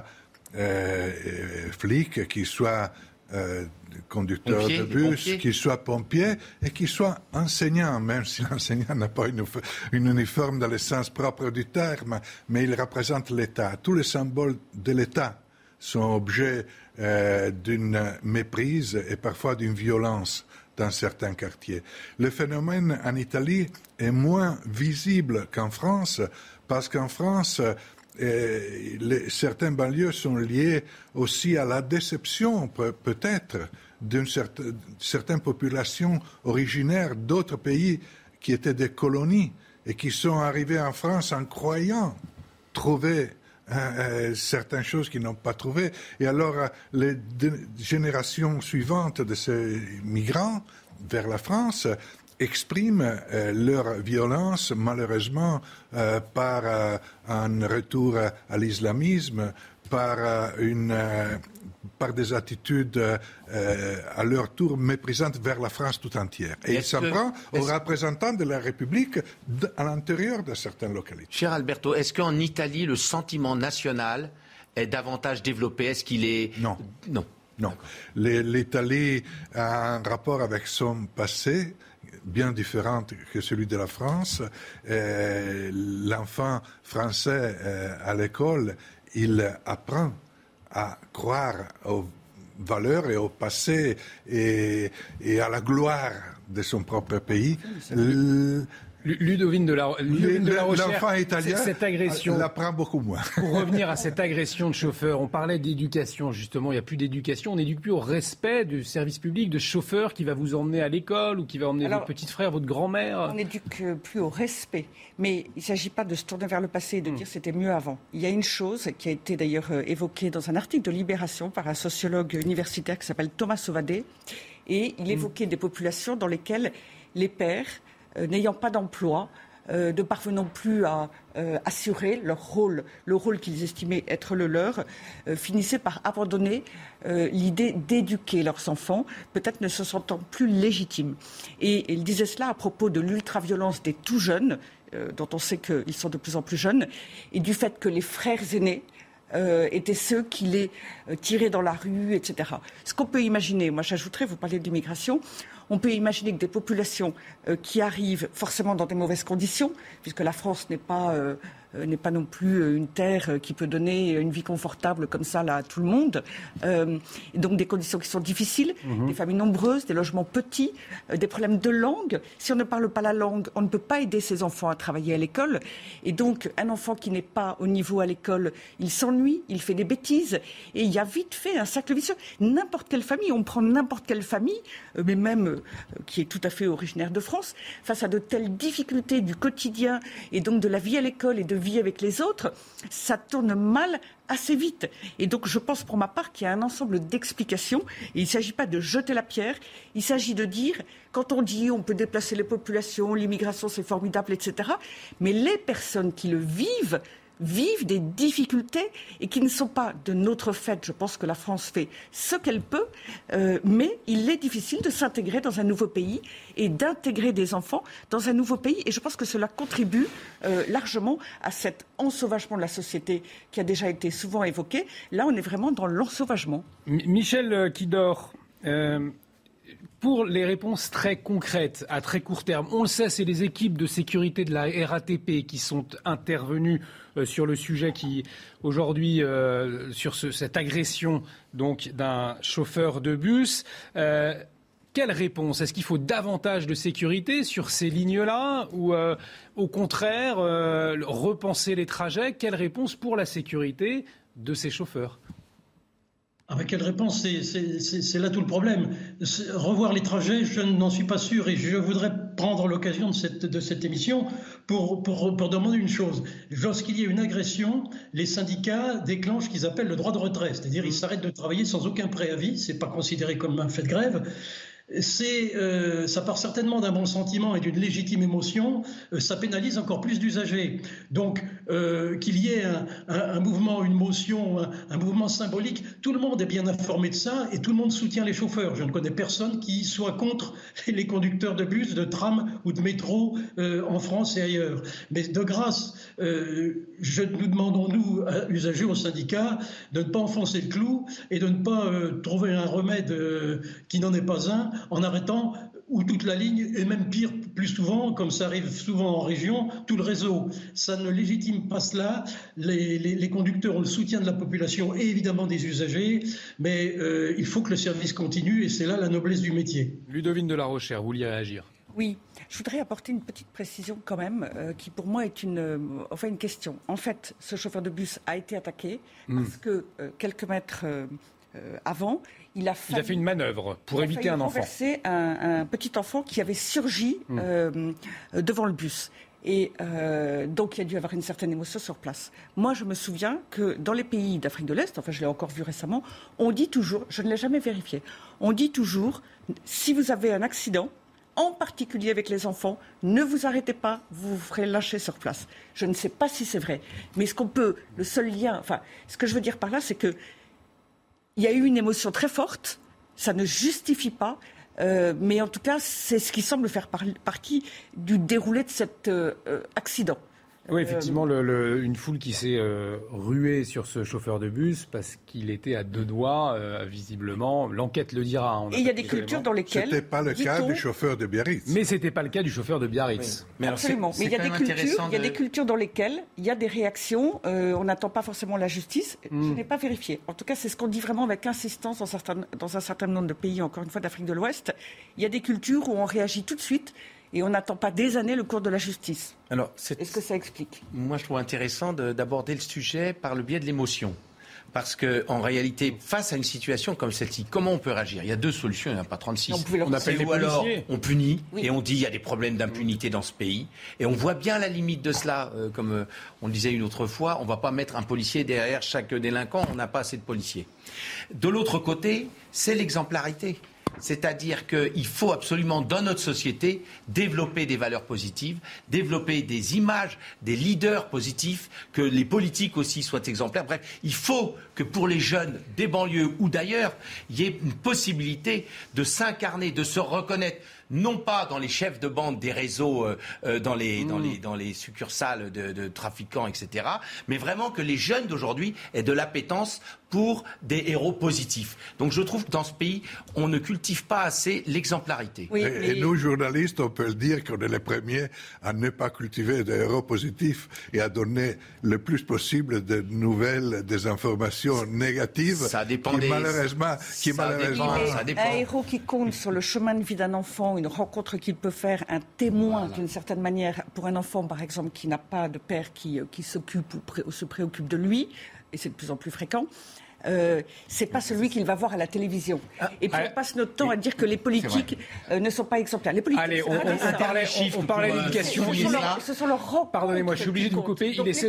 flics, qu'ils soient conducteur de bus, qu'il soit pompier et qu'il soit enseignant, même si l'enseignant n'a pas une uniforme dans le sens propre du terme, mais il représente l'État. Tous les symboles de l'État sont objets d'une méprise et parfois d'une violence dans certains quartiers. Le phénomène en Italie est moins visible qu'en France, parce qu'en France, certains banlieues sont liés aussi à la déception, peut-être, d'une certaine population originaire d'autres pays qui étaient des colonies et qui sont arrivés en France en croyant trouver certaines choses qu'ils n'ont pas trouvées. Et alors, les générations suivantes de ces migrants vers la France expriment leur violence, malheureusement, par un retour à l'islamisme, par des attitudes à leur tour méprisantes vers la France tout entière. Et il s'en prend aux représentants de la République à l'intérieur de certaines localités. Cher Alberto, est-ce qu'en Italie, le sentiment national est davantage développé? Est-ce qu'il est... Non. L'Italie a un rapport avec son passé bien différent que celui de la France. L'enfant français à l'école, il apprend à croire aux valeurs et au passé et à la gloire de son propre pays. Ludovine de la Rochère, l'enfant italien, cette agression, l'apprend beaucoup moins. Pour revenir à cette agression de chauffeur, on parlait d'éducation justement, il n'y a plus d'éducation, on n'éduque plus au respect du service public, de chauffeur qui va vous emmener à l'école ou qui va emmener votre petit frère, votre grand-mère. On n'éduque plus au respect, mais il ne s'agit pas de se tourner vers le passé et de dire c'était mieux avant. Il y a une chose qui a été d'ailleurs évoquée dans un article de Libération par un sociologue universitaire qui s'appelle Thomas Sauvadet, et il évoquait des populations dans lesquelles les pères, n'ayant pas d'emploi, ne parvenant plus à assurer leur rôle, le rôle qu'ils estimaient être le leur, finissaient par abandonner l'idée d'éduquer leurs enfants, peut-être ne se sentant plus légitimes. Et il disait cela à propos de l'ultraviolence des tout jeunes, dont on sait qu'ils sont de plus en plus jeunes, et du fait que les frères aînés étaient ceux qui les tiraient dans la rue, etc. Ce qu'on peut imaginer, moi j'ajouterais, vous parlez d'immigration, on peut imaginer que des populations qui arrivent forcément dans des mauvaises conditions, puisque la France n'est pas non plus une terre qui peut donner une vie confortable comme ça là, à tout le monde. Donc des conditions qui sont difficiles, des familles nombreuses, des logements petits, des problèmes de langue. Si on ne parle pas la langue, on ne peut pas aider ses enfants à travailler à l'école. Et donc un enfant qui n'est pas au niveau à l'école, il s'ennuie, il fait des bêtises. Et il y a vite fait un cercle vicieux. N'importe quelle famille, on prend n'importe quelle famille, mais même qui est tout à fait originaire de France, face à de telles difficultés du quotidien et donc de la vie à l'école et de vie avec les autres, ça tourne mal assez vite. Et donc je pense pour ma part qu'il y a un ensemble d'explications. Et il ne s'agit pas de jeter la pierre, il s'agit de dire, quand on dit on peut déplacer les populations, l'immigration c'est formidable, etc., mais les personnes qui le vivent des difficultés et qui ne sont pas de notre fait. Je pense que la France fait ce qu'elle peut, mais il est difficile de s'intégrer dans un nouveau pays et d'intégrer des enfants dans un nouveau pays. Et je pense que cela contribue largement à cet ensauvagement de la société qui a déjà été souvent évoqué. Là, on est vraiment dans l'ensauvagement. Michel Kidor, pour les réponses très concrètes, à très court terme, on le sait, c'est les équipes de sécurité de la RATP qui sont intervenues sur le sujet qui, aujourd'hui, sur cette agression donc, d'un chauffeur de bus. Quelle réponse? Est-ce qu'il faut davantage de sécurité sur ces lignes-là ou au contraire repenser les trajets? Quelle réponse pour la sécurité de ces chauffeurs? Avec quelle réponse? C'est là tout le problème. Revoir les trajets, je n'en suis pas sûr et je voudrais prendre l'occasion de cette émission pour demander une chose. Lorsqu'il y a une agression, les syndicats déclenchent ce qu'ils appellent le droit de retrait, c'est-à-dire ils s'arrêtent de travailler sans aucun préavis, c'est pas considéré comme un fait de grève. Ça part certainement d'un bon sentiment et d'une légitime émotion, ça pénalise encore plus d'usagers. Donc qu'il y ait un mouvement, une motion, un mouvement symbolique, tout le monde est bien informé de ça et tout le monde soutient les chauffeurs. Je ne connais personne qui soit contre les conducteurs de bus, de tram ou de métro en France et ailleurs. Mais de grâce, nous demandons, nous, usagers, aux syndicats, de ne pas enfoncer le clou et de ne pas trouver un remède qui n'en est pas un, en arrêtant ou toute la ligne, et même pire, plus souvent, comme ça arrive souvent en région, tout le réseau. Ça ne légitime pas cela. Les conducteurs ont le soutien de la population et évidemment des usagers, mais il faut que le service continue et c'est là la noblesse du métier. Ludovine de la Rochère, vous vouliez réagir? Oui, je voudrais apporter une petite précision quand même, qui pour moi est une question. En fait, ce chauffeur de bus a été attaqué parce que quelques mètres avant, il a fait une manœuvre pour éviter un enfant. Un petit enfant qui avait surgi devant le bus. Et donc, il y a dû y avoir une certaine émotion sur place. Moi, je me souviens que dans les pays d'Afrique de l'Est, enfin, je l'ai encore vu récemment, on dit toujours, je ne l'ai jamais vérifié, on dit toujours, si vous avez un accident, en particulier avec les enfants, ne vous arrêtez pas, vous vous ferez lâcher sur place. Je ne sais pas si c'est vrai, mais le seul lien, enfin, ce que je veux dire par là, c'est que il y a eu une émotion très forte, ça ne justifie pas, mais en tout cas, c'est ce qui semble faire partie du déroulé de cet accident. Oui, effectivement, une foule qui s'est ruée sur ce chauffeur de bus parce qu'il était à deux doigts, visiblement. L'enquête le dira. Et il y a des cultures dans lesquelles... C'était pas le cas du chauffeur de Biarritz. Mais c'était pas le cas du chauffeur de Biarritz. Oui. Mais absolument. Mais il y a des cultures dans lesquelles il y a des réactions. On n'attend pas forcément la justice. Je n'ai pas vérifié. En tout cas, c'est ce qu'on dit vraiment avec insistance dans un certain nombre de pays, encore une fois, d'Afrique de l'Ouest. Il y a des cultures où on réagit tout de suite. Et on n'attend pas des années le cours de la justice. Alors, est-ce que ça explique ? Moi, je trouve intéressant d'aborder le sujet par le biais de l'émotion. Parce qu'en réalité, face à une situation comme celle-ci, comment on peut réagir ? Il y a deux solutions, il n'y en a pas 36. On appelle les policiers. Alors, on punit et on dit qu'il y a des problèmes d'impunité dans ce pays. Et on voit bien la limite de cela. Comme on le disait une autre fois, on ne va pas mettre un policier derrière chaque délinquant, on n'a pas assez de policiers. De l'autre côté, c'est l'exemplarité. C'est-à-dire qu'il faut absolument, dans notre société, développer des valeurs positives, développer des images, des leaders positifs, que les politiques aussi soient exemplaires. Bref, il faut que pour les jeunes des banlieues ou d'ailleurs, il y ait une possibilité de s'incarner, de se reconnaître. Non pas dans les chefs de bande des réseaux, dans les succursales de trafiquants, etc., mais vraiment que les jeunes d'aujourd'hui aient de l'appétence pour des héros positifs. Donc je trouve que dans ce pays, on ne cultive pas assez l'exemplarité. Oui, et nous, journalistes, on peut le dire qu'on est les premiers à ne pas cultiver des héros positifs et à donner le plus possible de nouvelles, des informations négatives. Ça dépend malheureusement, ça dépend. Un héros qui compte sur le chemin de vie d'un enfant, une rencontre qu'il peut faire, un témoin d'une certaine manière, pour un enfant par exemple qui n'a pas de père qui s'occupe ou se préoccupe de lui, et c'est de plus en plus fréquent, c'est pas celui qu'il va voir à la télévision. Et puis on passe notre temps à dire que les politiques ne sont pas exemplaires. Les politiques, allez, on parlait d'éducation. Ce sont leurs rencontres. Pardonnez-moi, je suis obligé de vous couper. Il est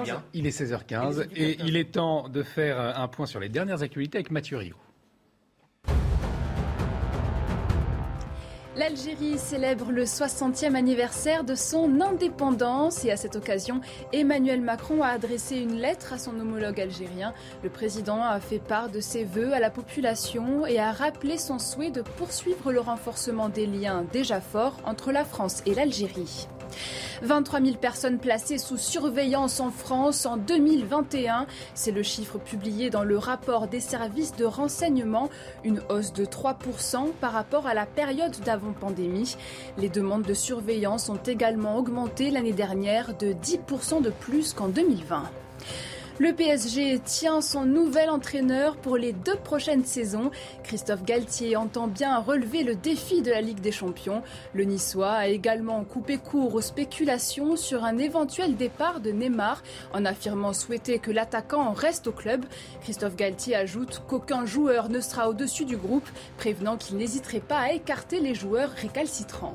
16h15 et il est temps de faire un point sur les dernières actualités avec Mathieu Rio. L'Algérie célèbre le 60e anniversaire de son indépendance et à cette occasion, Emmanuel Macron a adressé une lettre à son homologue algérien. Le président a fait part de ses vœux à la population et a rappelé son souhait de poursuivre le renforcement des liens déjà forts entre la France et l'Algérie. 23 000 personnes placées sous surveillance en France en 2021. C'est le chiffre publié dans le rapport des services de renseignement, une hausse de 3% par rapport à la période d'avant-pandémie. Les demandes de surveillance ont également augmenté l'année dernière de 10% de plus qu'en 2020. Le PSG tient son nouvel entraîneur pour les 2 prochaines saisons. Christophe Galtier entend bien relever le défi de la Ligue des Champions. Le Niçois a également coupé court aux spéculations sur un éventuel départ de Neymar, en affirmant souhaiter que l'attaquant reste au club. Christophe Galtier ajoute qu'aucun joueur ne sera au-dessus du groupe, prévenant qu'il n'hésiterait pas à écarter les joueurs récalcitrants.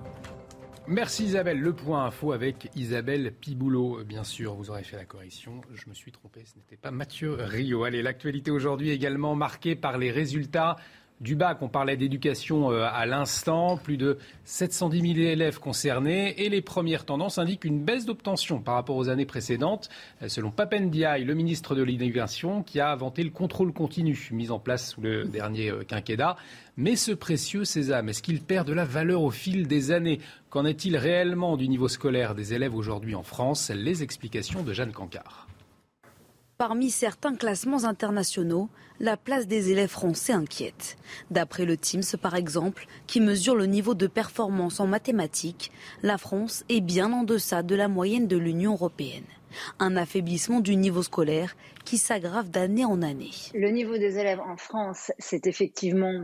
Merci Isabelle. Le point info avec Isabelle Piboulot. Bien sûr, vous aurez fait la correction. Je me suis trompé, ce n'était pas Mathieu Rio. Allez, l'actualité aujourd'hui également marquée par les résultats du bac. On parlait d'éducation à l'instant. Plus de 710 000 élèves concernés. Et les premières tendances indiquent une baisse d'obtention par rapport aux années précédentes. Selon Pap Ndiaye, le ministre de l'Éducation, qui a vanté le contrôle continu mis en place sous le dernier quinquennat. Mais ce précieux sésame, est-ce qu'il perd de la valeur au fil des années ? Qu'en est-il réellement du niveau scolaire des élèves aujourd'hui en France ? Les explications de Jeanne Cancard. Parmi certains classements internationaux, la place des élèves français inquiète. D'après le TIMSS, par exemple, qui mesure le niveau de performance en mathématiques, la France est bien en deçà de la moyenne de l'Union européenne. Un affaiblissement du niveau scolaire qui s'aggrave d'année en année. Le niveau des élèves en France s'est effectivement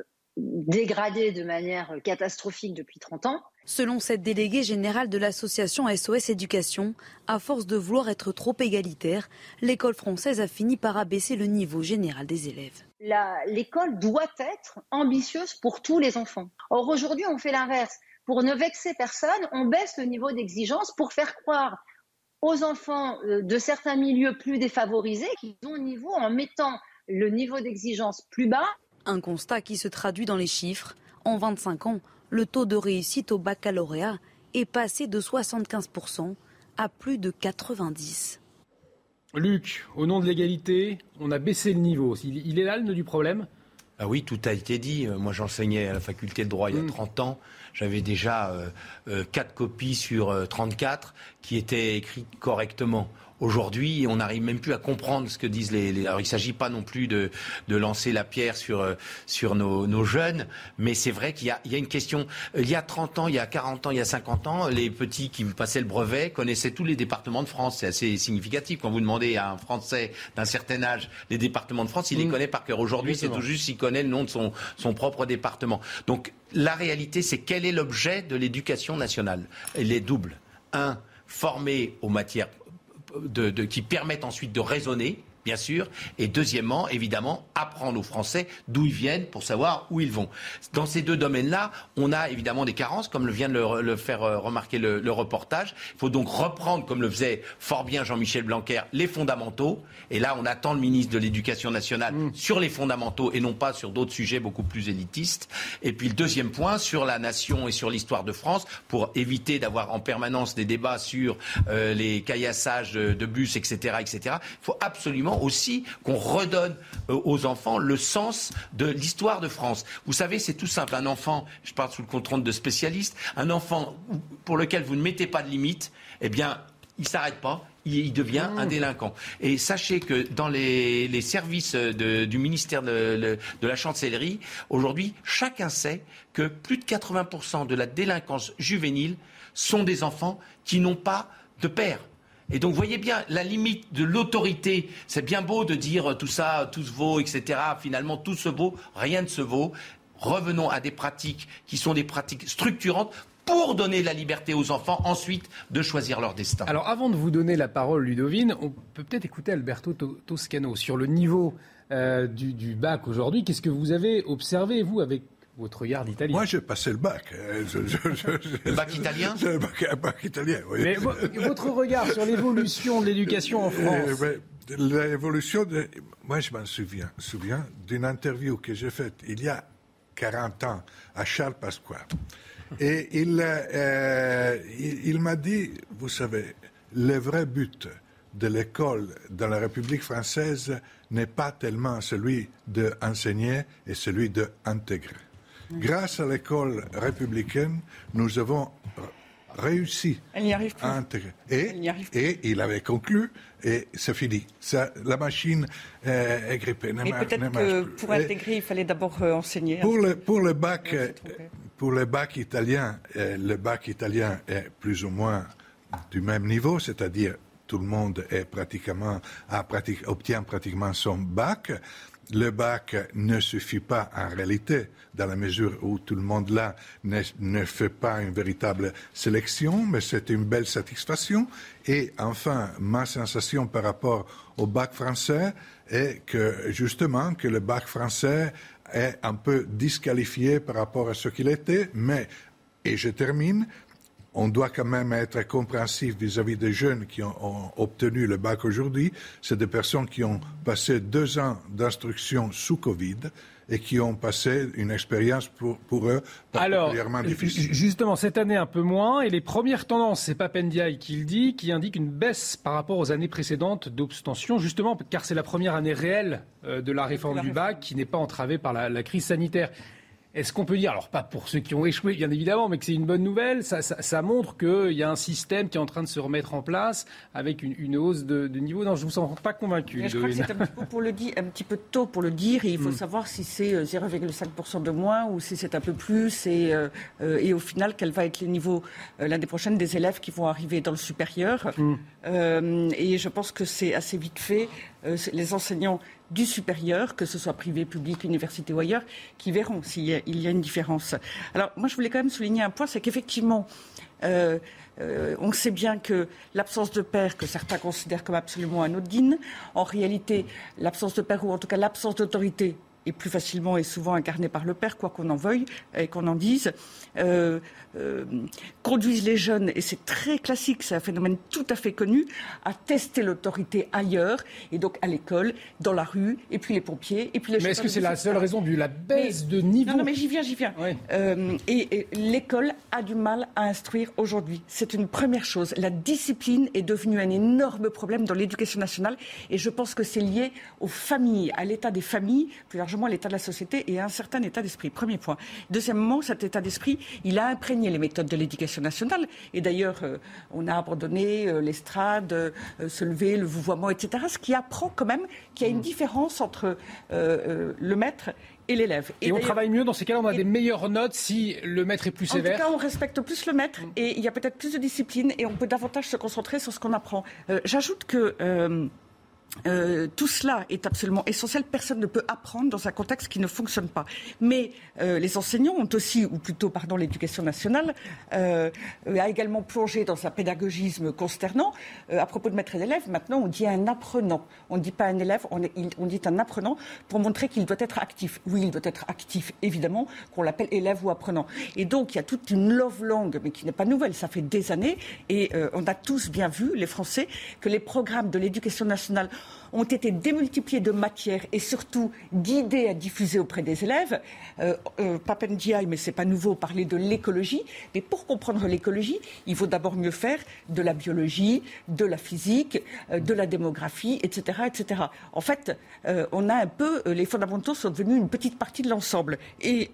dégradé de manière catastrophique depuis 30 ans. Selon cette déléguée générale de l'association SOS Éducation, à force de vouloir être trop égalitaire, l'école française a fini par abaisser le niveau général des élèves. L'école doit être ambitieuse pour tous les enfants. Or aujourd'hui, on fait l'inverse. pour ne vexer personne, on baisse le niveau d'exigence pour faire croire aux enfants de certains milieux plus défavorisés qu'ils ont niveau en mettant le niveau d'exigence plus bas. Un constat qui se traduit dans les chiffres. En 25 ans, le taux de réussite au baccalauréat est passé de 75% à plus de 90%. Luc, au nom de l'égalité, on a baissé le niveau. Il est là le nœud du problème ? Ah oui, tout a été dit. Moi, j'enseignais à la faculté de droit il y a 30 ans. J'avais déjà 4 copies sur 34 qui étaient écrites correctement. Aujourd'hui, on n'arrive même plus à comprendre ce que disent les... Alors, il ne s'agit pas non plus de lancer la pierre sur nos jeunes, mais c'est vrai qu'il y a une question. Il y a 30 ans, il y a 40 ans, il y a 50 ans, les petits qui passaient le brevet connaissaient tous les départements de France. C'est assez significatif. Quand vous demandez à un Français d'un certain âge les départements de France, il les connaît par cœur. Aujourd'hui, c'est tout juste s'il connaît le nom de son propre département. Donc, la réalité, c'est quel est l'objet de l'éducation nationale ? Elle est double. Un, former aux matières qui permettent ensuite de raisonner, bien sûr, et deuxièmement, évidemment, apprendre aux Français d'où ils viennent pour savoir où ils vont. Dans ces deux domaines-là, on a évidemment des carences, comme vient de le faire remarquer le reportage. Il faut donc reprendre, comme le faisait fort bien Jean-Michel Blanquer, les fondamentaux. Et là, on attend le ministre de l'Éducation nationale sur les fondamentaux et non pas sur d'autres sujets beaucoup plus élitistes. Et puis le deuxième point, sur la nation et sur l'histoire de France, pour éviter d'avoir en permanence des débats sur les caillassages de bus, etc., etc. Il faut absolument aussi qu'on redonne aux enfants le sens de l'histoire de France. Vous savez, c'est tout simple. Un enfant, je parle sous le contrôle de spécialistes, un enfant pour lequel vous ne mettez pas de limite, eh bien, il ne s'arrête pas. Il devient un délinquant. Et sachez que dans les services du ministère de la Chancellerie, aujourd'hui, chacun sait que plus de 80% de la délinquance juvénile sont des enfants qui n'ont pas de père. Et donc, vous voyez bien, la limite de l'autorité, c'est bien beau de dire tout ça, tout se vaut, etc. Finalement, tout se vaut, rien ne se vaut. Revenons à des pratiques qui sont des pratiques structurantes pour donner la liberté aux enfants, ensuite, de choisir leur destin. Alors, avant de vous donner la parole, Ludovine, on peut peut-être écouter Alberto Toscano sur le niveau du bac aujourd'hui. Qu'est-ce que vous avez observé, vous, avec votre regard d'Italien? Moi, j'ai passé le bac. Le bac italien? Le bac italien, oui. Mais votre regard sur l'évolution de l'éducation en France? L'évolution moi, je m'en souviens d'une interview que j'ai faite il y a 40 ans à Charles Pasqua. Et il m'a dit, vous savez, le vrai but de l'école dans la République française n'est pas tellement celui d'enseigner et celui d'intégrer. Grâce à l'école républicaine, nous avons réussi à intégrer. Et il avait conclu, et c'est fini. La machine est grippée. Mais peut-être que pour intégrer, il fallait d'abord enseigner. Pour le bac italien, le bac italien est plus ou moins du même niveau, c'est-à-dire tout le monde obtient pratiquement son bac. Le bac ne suffit pas en réalité, dans la mesure où tout le monde là ne fait pas une véritable sélection, mais c'est une belle satisfaction. Et enfin, ma sensation par rapport au bac français est que justement que le bac français est un peu disqualifié par rapport à ce qu'il était, mais, et je termine, on doit quand même être compréhensif vis-à-vis des jeunes qui ont obtenu le bac aujourd'hui. C'est des personnes qui ont passé 2 ans d'instruction sous Covid et qui ont passé une expérience pour eux particulièrement difficile. Justement, cette année un peu moins, et les premières tendances, c'est Pape Ndiaye qui le dit, qui indique une baisse par rapport aux années précédentes d'obstention, justement, car c'est la première année réelle de la réforme du bac qui n'est pas entravée par la crise sanitaire. Est-ce qu'on peut dire, alors pas pour ceux qui ont échoué bien évidemment, mais que c'est une bonne nouvelle, ça montre qu'il y a un système qui est en train de se remettre en place avec une hausse de niveau. Non, je ne vous sens pas convaincu. Je crois que c'est un petit peu tôt pour le dire, et il faut savoir si c'est 0,5% de moins ou si c'est un peu plus, et au final, quel va être le niveau l'année prochaine des élèves qui vont arriver dans le supérieur. Et je pense que c'est assez vite fait. Les enseignants du supérieur, que ce soit privé, public, université ou ailleurs, qui verront s'il y a une différence. Alors, moi, je voulais quand même souligner un point, c'est qu'effectivement, on sait bien que l'absence de père, que certains considèrent comme absolument anodine, en réalité, l'absence de père, ou en tout cas l'absence d'autorité, et plus facilement et souvent incarné par le père, quoi qu'on en veuille et qu'on en dise, conduisent les jeunes, et c'est très classique, c'est un phénomène tout à fait connu, à tester l'autorité ailleurs, et donc à l'école, dans la rue, et puis les pompiers, et puis les... Mais est-ce que c'est la seule raison de la baisse de niveau ? Non, mais j'y viens. Oui. Et l'école a du mal à instruire aujourd'hui. C'est une première chose. La discipline est devenue un énorme problème dans l'éducation nationale, et je pense que c'est lié aux familles, à l'état des familles, plus largement à l'état de la société et à un certain état d'esprit. Premier point. Deuxièmement, cet état d'esprit, il a imprégné les méthodes de l'éducation nationale. Et d'ailleurs, on a abandonné l'estrade, se lever, le vouvoiement, etc. Ce qui apprend quand même qu'il y a une différence entre le maître et l'élève. Et on travaille mieux dans ces cas-là, on a des meilleures notes si le maître est plus sévère. En tout cas, on respecte plus le maître et il y a peut-être plus de discipline et on peut davantage se concentrer sur ce qu'on apprend. J'ajoute que... tout cela est absolument essentiel. Personne ne peut apprendre dans un contexte qui ne fonctionne pas. Mais les enseignants ont aussi, ou plutôt, l'éducation nationale a également plongé dans un pédagogisme consternant. À propos de maître et d'élève, maintenant on dit un apprenant. On ne dit pas un élève, on dit un apprenant pour montrer qu'il doit être actif. Oui, il doit être actif, évidemment, qu'on l'appelle élève ou apprenant. Et donc il y a toute une love langue, mais qui n'est pas nouvelle, ça fait des années. Et on a tous bien vu, les Français, que les programmes de l'éducation nationale ont été démultipliés de matières et surtout d'idées à diffuser auprès des élèves. Papendiaï, mais c'est pas nouveau, parlait de l'écologie. Mais pour comprendre l'écologie, il faut d'abord mieux faire de la biologie, de la physique, de la démographie, etc., etc. En fait, on a un peu, les fondamentaux sont devenus une petite partie de l'ensemble. Et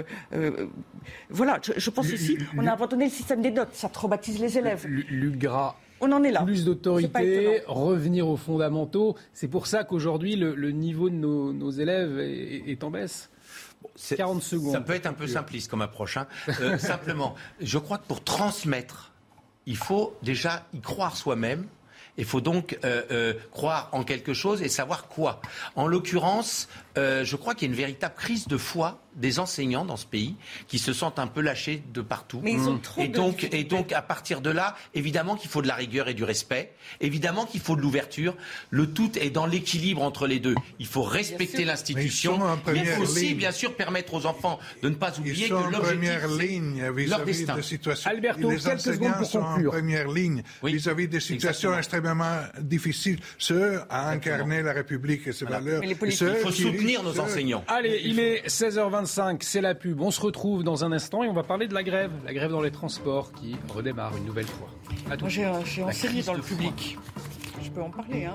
voilà, je pense aussi, on a abandonné le système des notes, ça traumatise les élèves. Luc Gras. On en est là. Plus d'autorité, revenir aux fondamentaux. C'est pour ça qu'aujourd'hui, le niveau de nos élèves est en baisse. 40 secondes. Ça peut être un peu simpliste comme approche. Simplement, je crois que pour transmettre, il faut déjà y croire soi-même. Il faut donc croire en quelque chose et savoir quoi. En l'occurrence, je crois qu'il y a une véritable crise de foi des enseignants dans ce pays qui se sentent un peu lâchés de partout. Mais ils ont trop et donc, à partir de là, évidemment qu'il faut de la rigueur et du respect. Évidemment qu'il faut de l'ouverture. Le tout est dans l'équilibre entre les deux. Il faut respecter l'institution. Mais il faut aussi, bien sûr, permettre aux enfants de ne pas oublier que l'objectif, c'est leur destin. Alberto, les enseignants sont en première ligne vis-à-vis des situations extrêmement difficiles. Ceux à incarner la République et ses valeurs. Il faut soutenir nos enseignants. Allez, il est 16h25. C'est la pub. On se retrouve dans un instant et on va parler de la grève dans les transports qui redémarre une nouvelle fois. Moi, j'ai enseigné dans le public. Je peux en parler.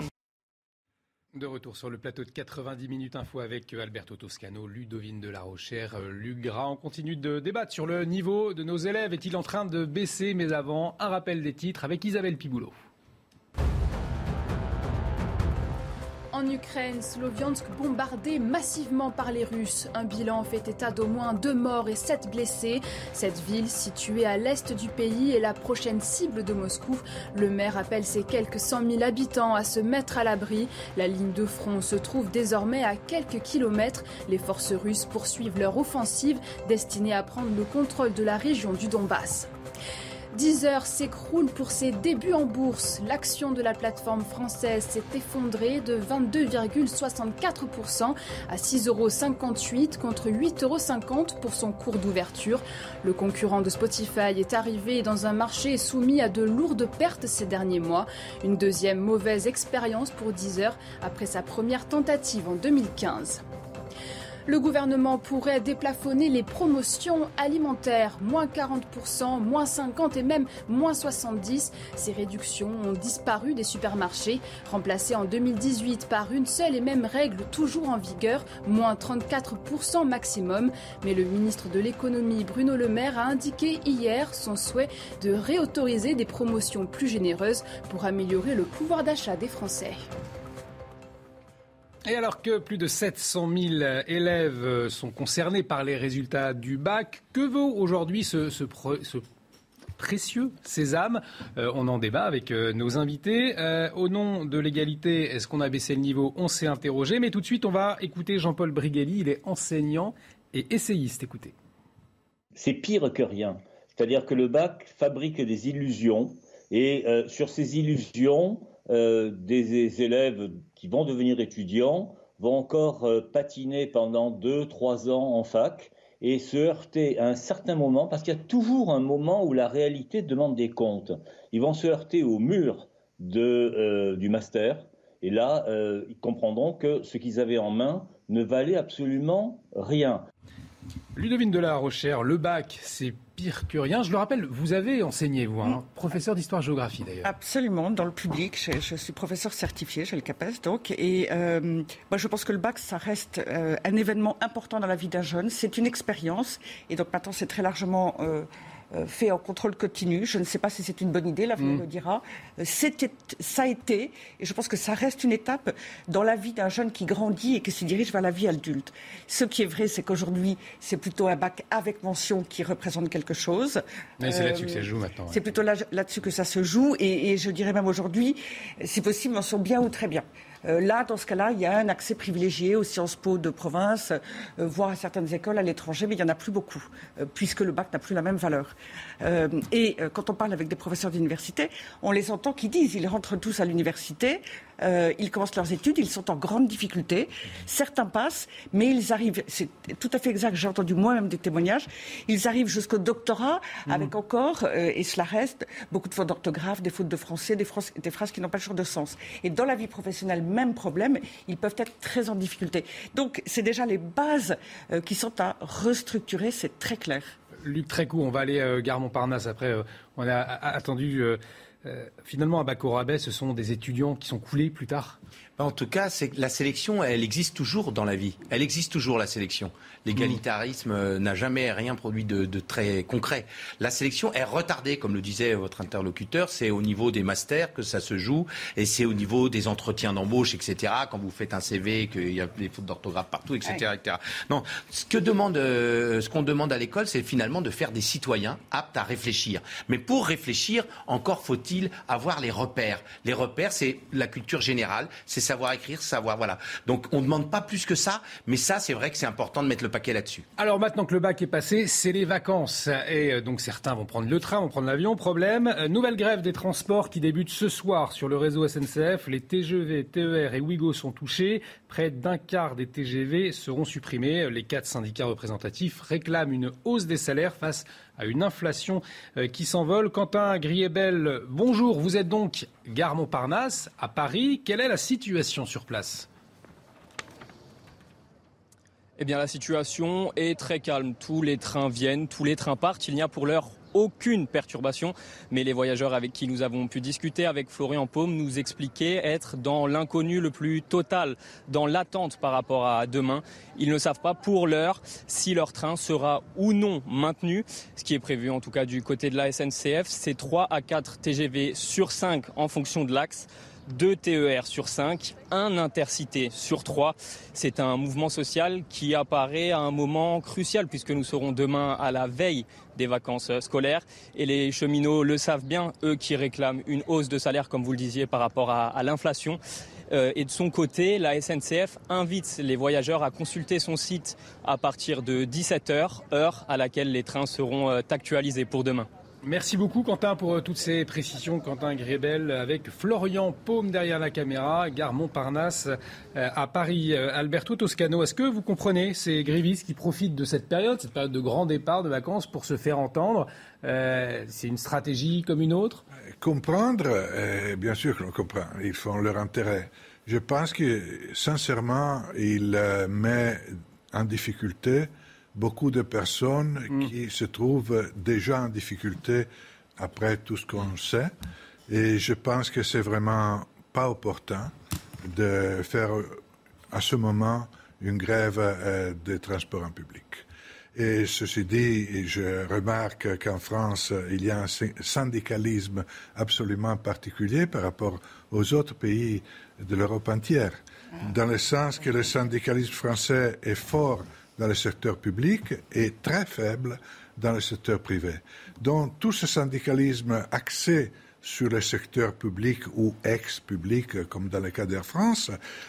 De retour sur le plateau de 90 minutes info avec Alberto Toscano, Ludovine de la Rochère, Luc Gras. On continue de débattre sur le niveau de nos élèves. Est-il en train de baisser? Mais avant, un rappel des titres avec Isabelle Piboulot. En Ukraine, Sloviansk bombardé massivement par les Russes. Un bilan fait état d'au moins 2 morts et 7 blessés. Cette ville, située à l'est du pays, est la prochaine cible de Moscou. Le maire appelle ses quelques 100 000 habitants à se mettre à l'abri. La ligne de front se trouve désormais à quelques kilomètres. Les forces russes poursuivent leur offensive destinée à prendre le contrôle de la région du Donbass. Deezer s'écroule pour ses débuts en bourse. L'action de la plateforme française s'est effondrée de 22,64% à 6,58 € contre 8,50 € pour son cours d'ouverture. Le concurrent de Spotify est arrivé dans un marché soumis à de lourdes pertes ces derniers mois. Une deuxième mauvaise expérience pour Deezer après sa première tentative en 2015. Le gouvernement pourrait déplafonner les promotions alimentaires, moins 40%, moins 50% et même moins 70%. Ces réductions ont disparu des supermarchés, remplacées en 2018 par une seule et même règle toujours en vigueur, moins 34% maximum. Mais le ministre de l'économie Bruno Le Maire a indiqué hier son souhait de réautoriser des promotions plus généreuses pour améliorer le pouvoir d'achat des Français. Et alors que plus de 700 000 élèves sont concernés par les résultats du bac, que vaut aujourd'hui ce précieux sésame? On en débat avec nos invités. Au nom de l'égalité, est-ce qu'on a baissé le niveau? On s'est interrogé. Mais tout de suite, on va écouter Jean-Paul Brigelli. Il est enseignant et essayiste. Écoutez. C'est pire que rien. C'est-à-dire que le bac fabrique des illusions. Et sur ces illusions, des élèves qui vont devenir étudiants vont encore patiner pendant 2-3 ans en fac et se heurter à un certain moment, parce qu'il y a toujours un moment où la réalité demande des comptes. Ils vont se heurter au mur du master, et là, ils comprendront que ce qu'ils avaient en main ne valait absolument rien. Ludovine de la Rochère, le bac, c'est pire que rien. Je le rappelle, vous avez enseigné, vous, professeur d'histoire-géographie d'ailleurs. Absolument, dans le public. Je suis professeur certifié, j'ai le CAPES donc. Et moi, je pense que le bac, ça reste un événement important dans la vie d'un jeune. C'est une expérience. Et donc maintenant, c'est très largement fait en contrôle continu. Je ne sais pas si c'est une bonne idée, l'avenir le dira. Ça a été, et je pense que ça reste une étape dans la vie d'un jeune qui grandit et qui se dirige vers la vie adulte. Ce qui est vrai, c'est qu'aujourd'hui, c'est plutôt un bac avec mention qui représente quelque chose. Mais c'est là-dessus que ça se joue maintenant. C'est plutôt là-dessus que ça se joue, et je dirais même aujourd'hui, si possible, mention bien ou très bien. Là, dans ce cas-là, il y a un accès privilégié aux Sciences Po de province, voire à certaines écoles à l'étranger, mais il n'y en a plus beaucoup, puisque le bac n'a plus la même valeur. Quand on parle avec des professeurs d'université, on les entend qui disent, ils rentrent tous à l'université, ils commencent leurs études, ils sont en grande difficulté. Certains passent, mais ils arrivent, c'est tout à fait exact, j'ai entendu moi-même des témoignages, ils arrivent jusqu'au doctorat avec encore, et cela reste, beaucoup de fautes d'orthographe, des fautes de français, des phrases qui n'ont pas toujours de sens. Et dans la vie professionnelle, même problème, ils peuvent être très en difficulté. Donc c'est déjà les bases qui sont à restructurer, c'est très clair. Luc Trécoux, on va aller Gare Montparnasse après. On a attendu finalement un bac au rabais, ce sont des étudiants qui sont coulés plus tard. En tout cas, la sélection, elle existe toujours dans la vie. Elle existe toujours, la sélection. L'égalitarisme n'a jamais rien produit de très concret. La sélection est retardée, comme le disait votre interlocuteur. C'est au niveau des masters que ça se joue, et c'est au niveau des entretiens d'embauche, etc. Quand vous faites un CV, qu'il y a des fautes d'orthographe partout, etc., etc. Non, ce qu'on demande à l'école, c'est finalement de faire des citoyens aptes à réfléchir. Mais pour réfléchir, encore faut-il avoir les repères. Les repères, c'est la culture générale, c'est savoir écrire, savoir, voilà. Donc on ne demande pas plus que ça, mais ça, c'est vrai que c'est important de mettre le paquet là-dessus. Alors maintenant que le bac est passé, c'est les vacances. Et donc certains vont prendre le train, vont prendre l'avion. Problème, nouvelle grève des transports qui débute ce soir sur le réseau SNCF. Les TGV, TER et Ouigo sont touchés. Près d'un quart des TGV seront supprimés. Les 4 syndicats représentatifs réclament une hausse des salaires face à une inflation qui s'envole. Quentin Griebel, bonjour. Vous êtes donc Gare Montparnasse à Paris. Quelle est la situation sur place ? Eh bien, la situation est très calme. Tous les trains viennent, tous les trains partent. Il n'y a pour l'heure aucune perturbation. Mais les voyageurs avec qui nous avons pu discuter, avec Florian Paume, nous expliquaient être dans l'inconnu le plus total, dans l'attente par rapport à demain. Ils ne savent pas pour l'heure si leur train sera ou non maintenu. Ce qui est prévu en tout cas du côté de la SNCF, c'est 3 à 4 TGV sur 5 en fonction de l'axe. 2 TER sur 5, 1 intercité sur 3. C'est un mouvement social qui apparaît à un moment crucial puisque nous serons demain à la veille des vacances scolaires. Et les cheminots le savent bien, eux qui réclament une hausse de salaire, comme vous le disiez, par rapport à l'inflation. Et de son côté, la SNCF invite les voyageurs à consulter son site à partir de 17h, heure à laquelle les trains seront actualisés pour demain. Merci beaucoup Quentin pour toutes ces précisions. Quentin Griebel avec Florian Paume derrière la caméra, Gare Montparnasse à Paris. Alberto Toscano, est-ce que vous comprenez ces grévistes qui profitent de cette période de grand départ de vacances pour se faire entendre ? C'est une stratégie comme une autre ? Comprendre, bien sûr que l'on comprend. Ils font leur intérêt. Je pense que sincèrement, ils mettent en difficulté beaucoup de personnes qui se trouvent déjà en difficulté après tout ce qu'on sait. Et je pense que c'est vraiment pas opportun de faire à ce moment une grève des transports en public. Et ceci dit, je remarque qu'en France, il y a un syndicalisme absolument particulier par rapport aux autres pays de l'Europe entière, dans le sens que le syndicalisme français est fort dans le secteur public et très faible dans le secteur privé. Donc tout ce syndicalisme axé sur le secteur public ou ex-public, comme dans le cas d'Air France,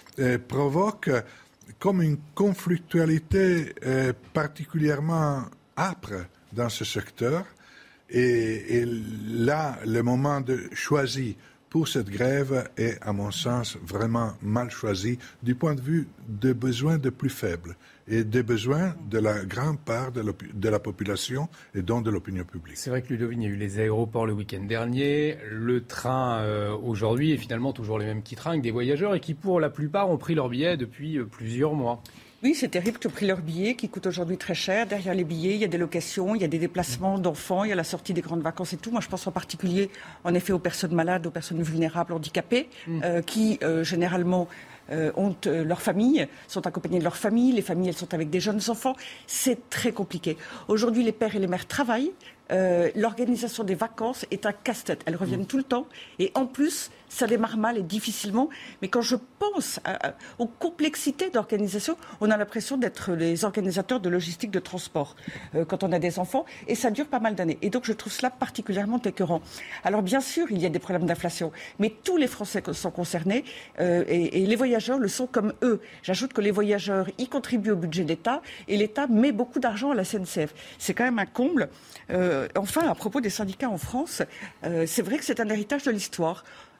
provoque comme une conflictualité particulièrement âpre dans ce secteur. Et là, le moment choisi pour cette grève est, à mon sens, vraiment mal choisi du point de vue des besoins des plus faibles et des besoins de la grande part de la population et donc de l'opinion publique. C'est vrai que Ludovine, il y a eu les aéroports le week-end dernier, le train aujourd'hui est finalement toujours les mêmes qui trinquent, des voyageurs et qui pour la plupart ont pris leur billet depuis plusieurs mois. Oui, c'est terrible qui ont pris leurs billets, qui coûtent aujourd'hui très cher. Derrière les billets, il y a des locations, il y a des déplacements d'enfants, il y a la sortie des grandes vacances et tout. Moi, je pense en particulier, en effet, aux personnes malades, aux personnes vulnérables, handicapées, qui, généralement, ont leur famille, sont accompagnées de leur famille. Les familles, elles sont avec des jeunes enfants. C'est très compliqué. Aujourd'hui, les pères et les mères travaillent. L'organisation des vacances est un casse-tête. Elles reviennent tout le temps. Et en plus, ça démarre mal et difficilement. Mais quand je pense aux complexités d'organisation, on a l'impression d'être les organisateurs de logistique de transport quand on a des enfants. Et ça dure pas mal d'années. Et donc, je trouve cela particulièrement écœurant. Alors, bien sûr, il y a des problèmes d'inflation. Mais tous les Français sont concernés. Et les voyageurs le sont comme eux. J'ajoute que les voyageurs y contribuent au budget d'État. Et l'État met beaucoup d'argent à la SNCF. C'est quand même un comble. Enfin, à propos des syndicats en France, c'est vrai que c'est un héritage de l'histoire.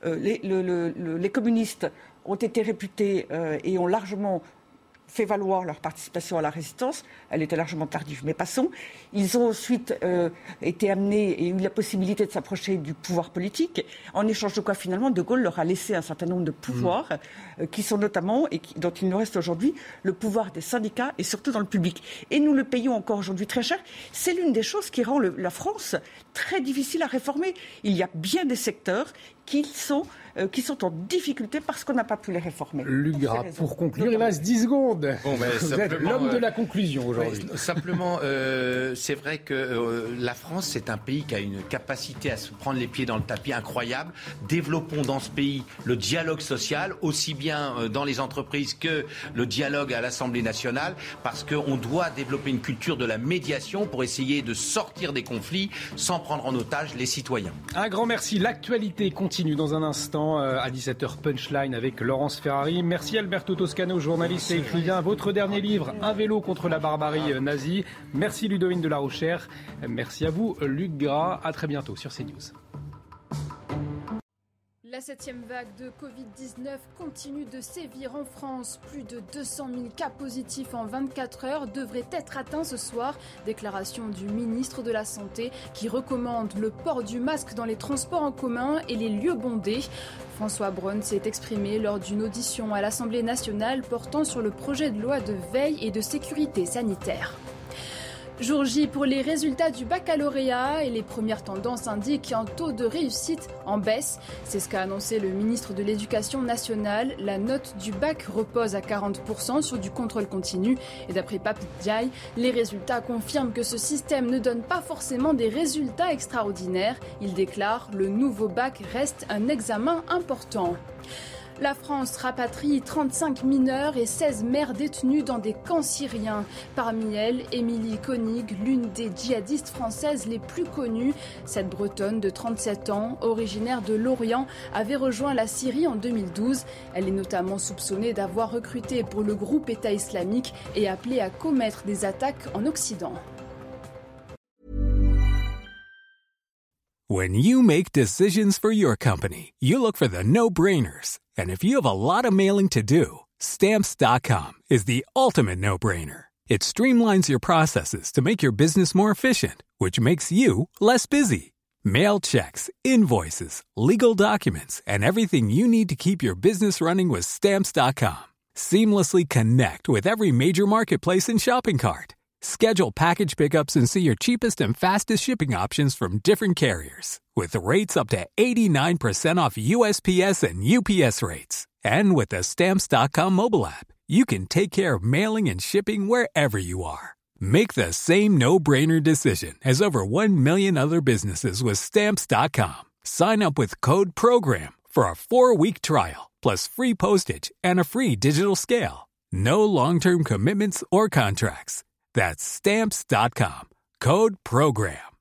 Les communistes ont été réputés et ont largement fait valoir leur participation à la résistance. Elle était largement tardive, mais passons. Ils ont ensuite été amenés et eu la possibilité de s'approcher du pouvoir politique, en échange de quoi, finalement, De Gaulle leur a laissé un certain nombre de pouvoirs, qui sont notamment, et dont il nous reste aujourd'hui, le pouvoir des syndicats et surtout dans le public. Et nous le payons encore aujourd'hui très cher. C'est l'une des choses qui rend la France très difficile à réformer. Il y a bien des secteurs qui sont en difficulté parce qu'on n'a pas pu les réformer. Luc Gras, pour conclure, il reste 10 secondes. Bon, vous êtes l'homme de la conclusion aujourd'hui. Simplement, c'est vrai que la France, c'est un pays qui a une capacité à se prendre les pieds dans le tapis incroyable. Développons dans ce pays le dialogue social, aussi bien dans les entreprises que le dialogue à l'Assemblée nationale, parce qu'on doit développer une culture de la médiation pour essayer de sortir des conflits sans prendre en otage les citoyens. Un grand merci. L'actualité continue dans un instant à 17h Punchline avec Laurence Ferrari. Merci Alberto Toscano, journaliste et écrivain. Votre dernier livre, Un vélo contre la barbarie nazie. Merci Ludovine de la Rochère. Merci à vous Luc Gras. À très bientôt sur CNews. La 7e vague de Covid-19 continue de sévir en France. Plus de 200 000 cas positifs en 24 heures devraient être atteints ce soir. Déclaration du ministre de la Santé qui recommande le port du masque dans les transports en commun et les lieux bondés. François Braun s'est exprimé lors d'une audition à l'Assemblée nationale portant sur le projet de loi de veille et de sécurité sanitaire. Jour J pour les résultats du baccalauréat et les premières tendances indiquent un taux de réussite en baisse. C'est ce qu'a annoncé le ministre de l'Éducation nationale. La note du bac repose à 40% sur du contrôle continu. Et d'après Pape Diaye, les résultats confirment que ce système ne donne pas forcément des résultats extraordinaires. Il déclare « Le nouveau bac reste un examen important ». La France rapatrie 35 mineurs et 16 mères détenues dans des camps syriens. Parmi elles, Émilie Koenig, l'une des djihadistes françaises les plus connues. Cette Bretonne de 37 ans, originaire de Lorient, avait rejoint la Syrie en 2012. Elle est notamment soupçonnée d'avoir recruté pour le groupe État islamique et appelé à commettre des attaques en Occident. When you make decisions for your company, you look for the no-brainers. And if you have a lot of mailing to do, Stamps.com is the ultimate no-brainer. It streamlines your processes to make your business more efficient, which makes you less busy. Mail checks, invoices, legal documents, and everything you need to keep your business running with Stamps.com. Seamlessly connect with every major marketplace and shopping cart. Schedule package pickups and see your cheapest and fastest shipping options from different carriers. With rates up to 89% off USPS and UPS rates. And with the Stamps.com mobile app, you can take care of mailing and shipping wherever you are. Make the same no-brainer decision as over 1 million other businesses with Stamps.com. Sign up with code PROGRAM for a 4-week trial, plus free postage and a free digital scale. No long-term commitments or contracts. That's Stamps.com. Code PROGRAM.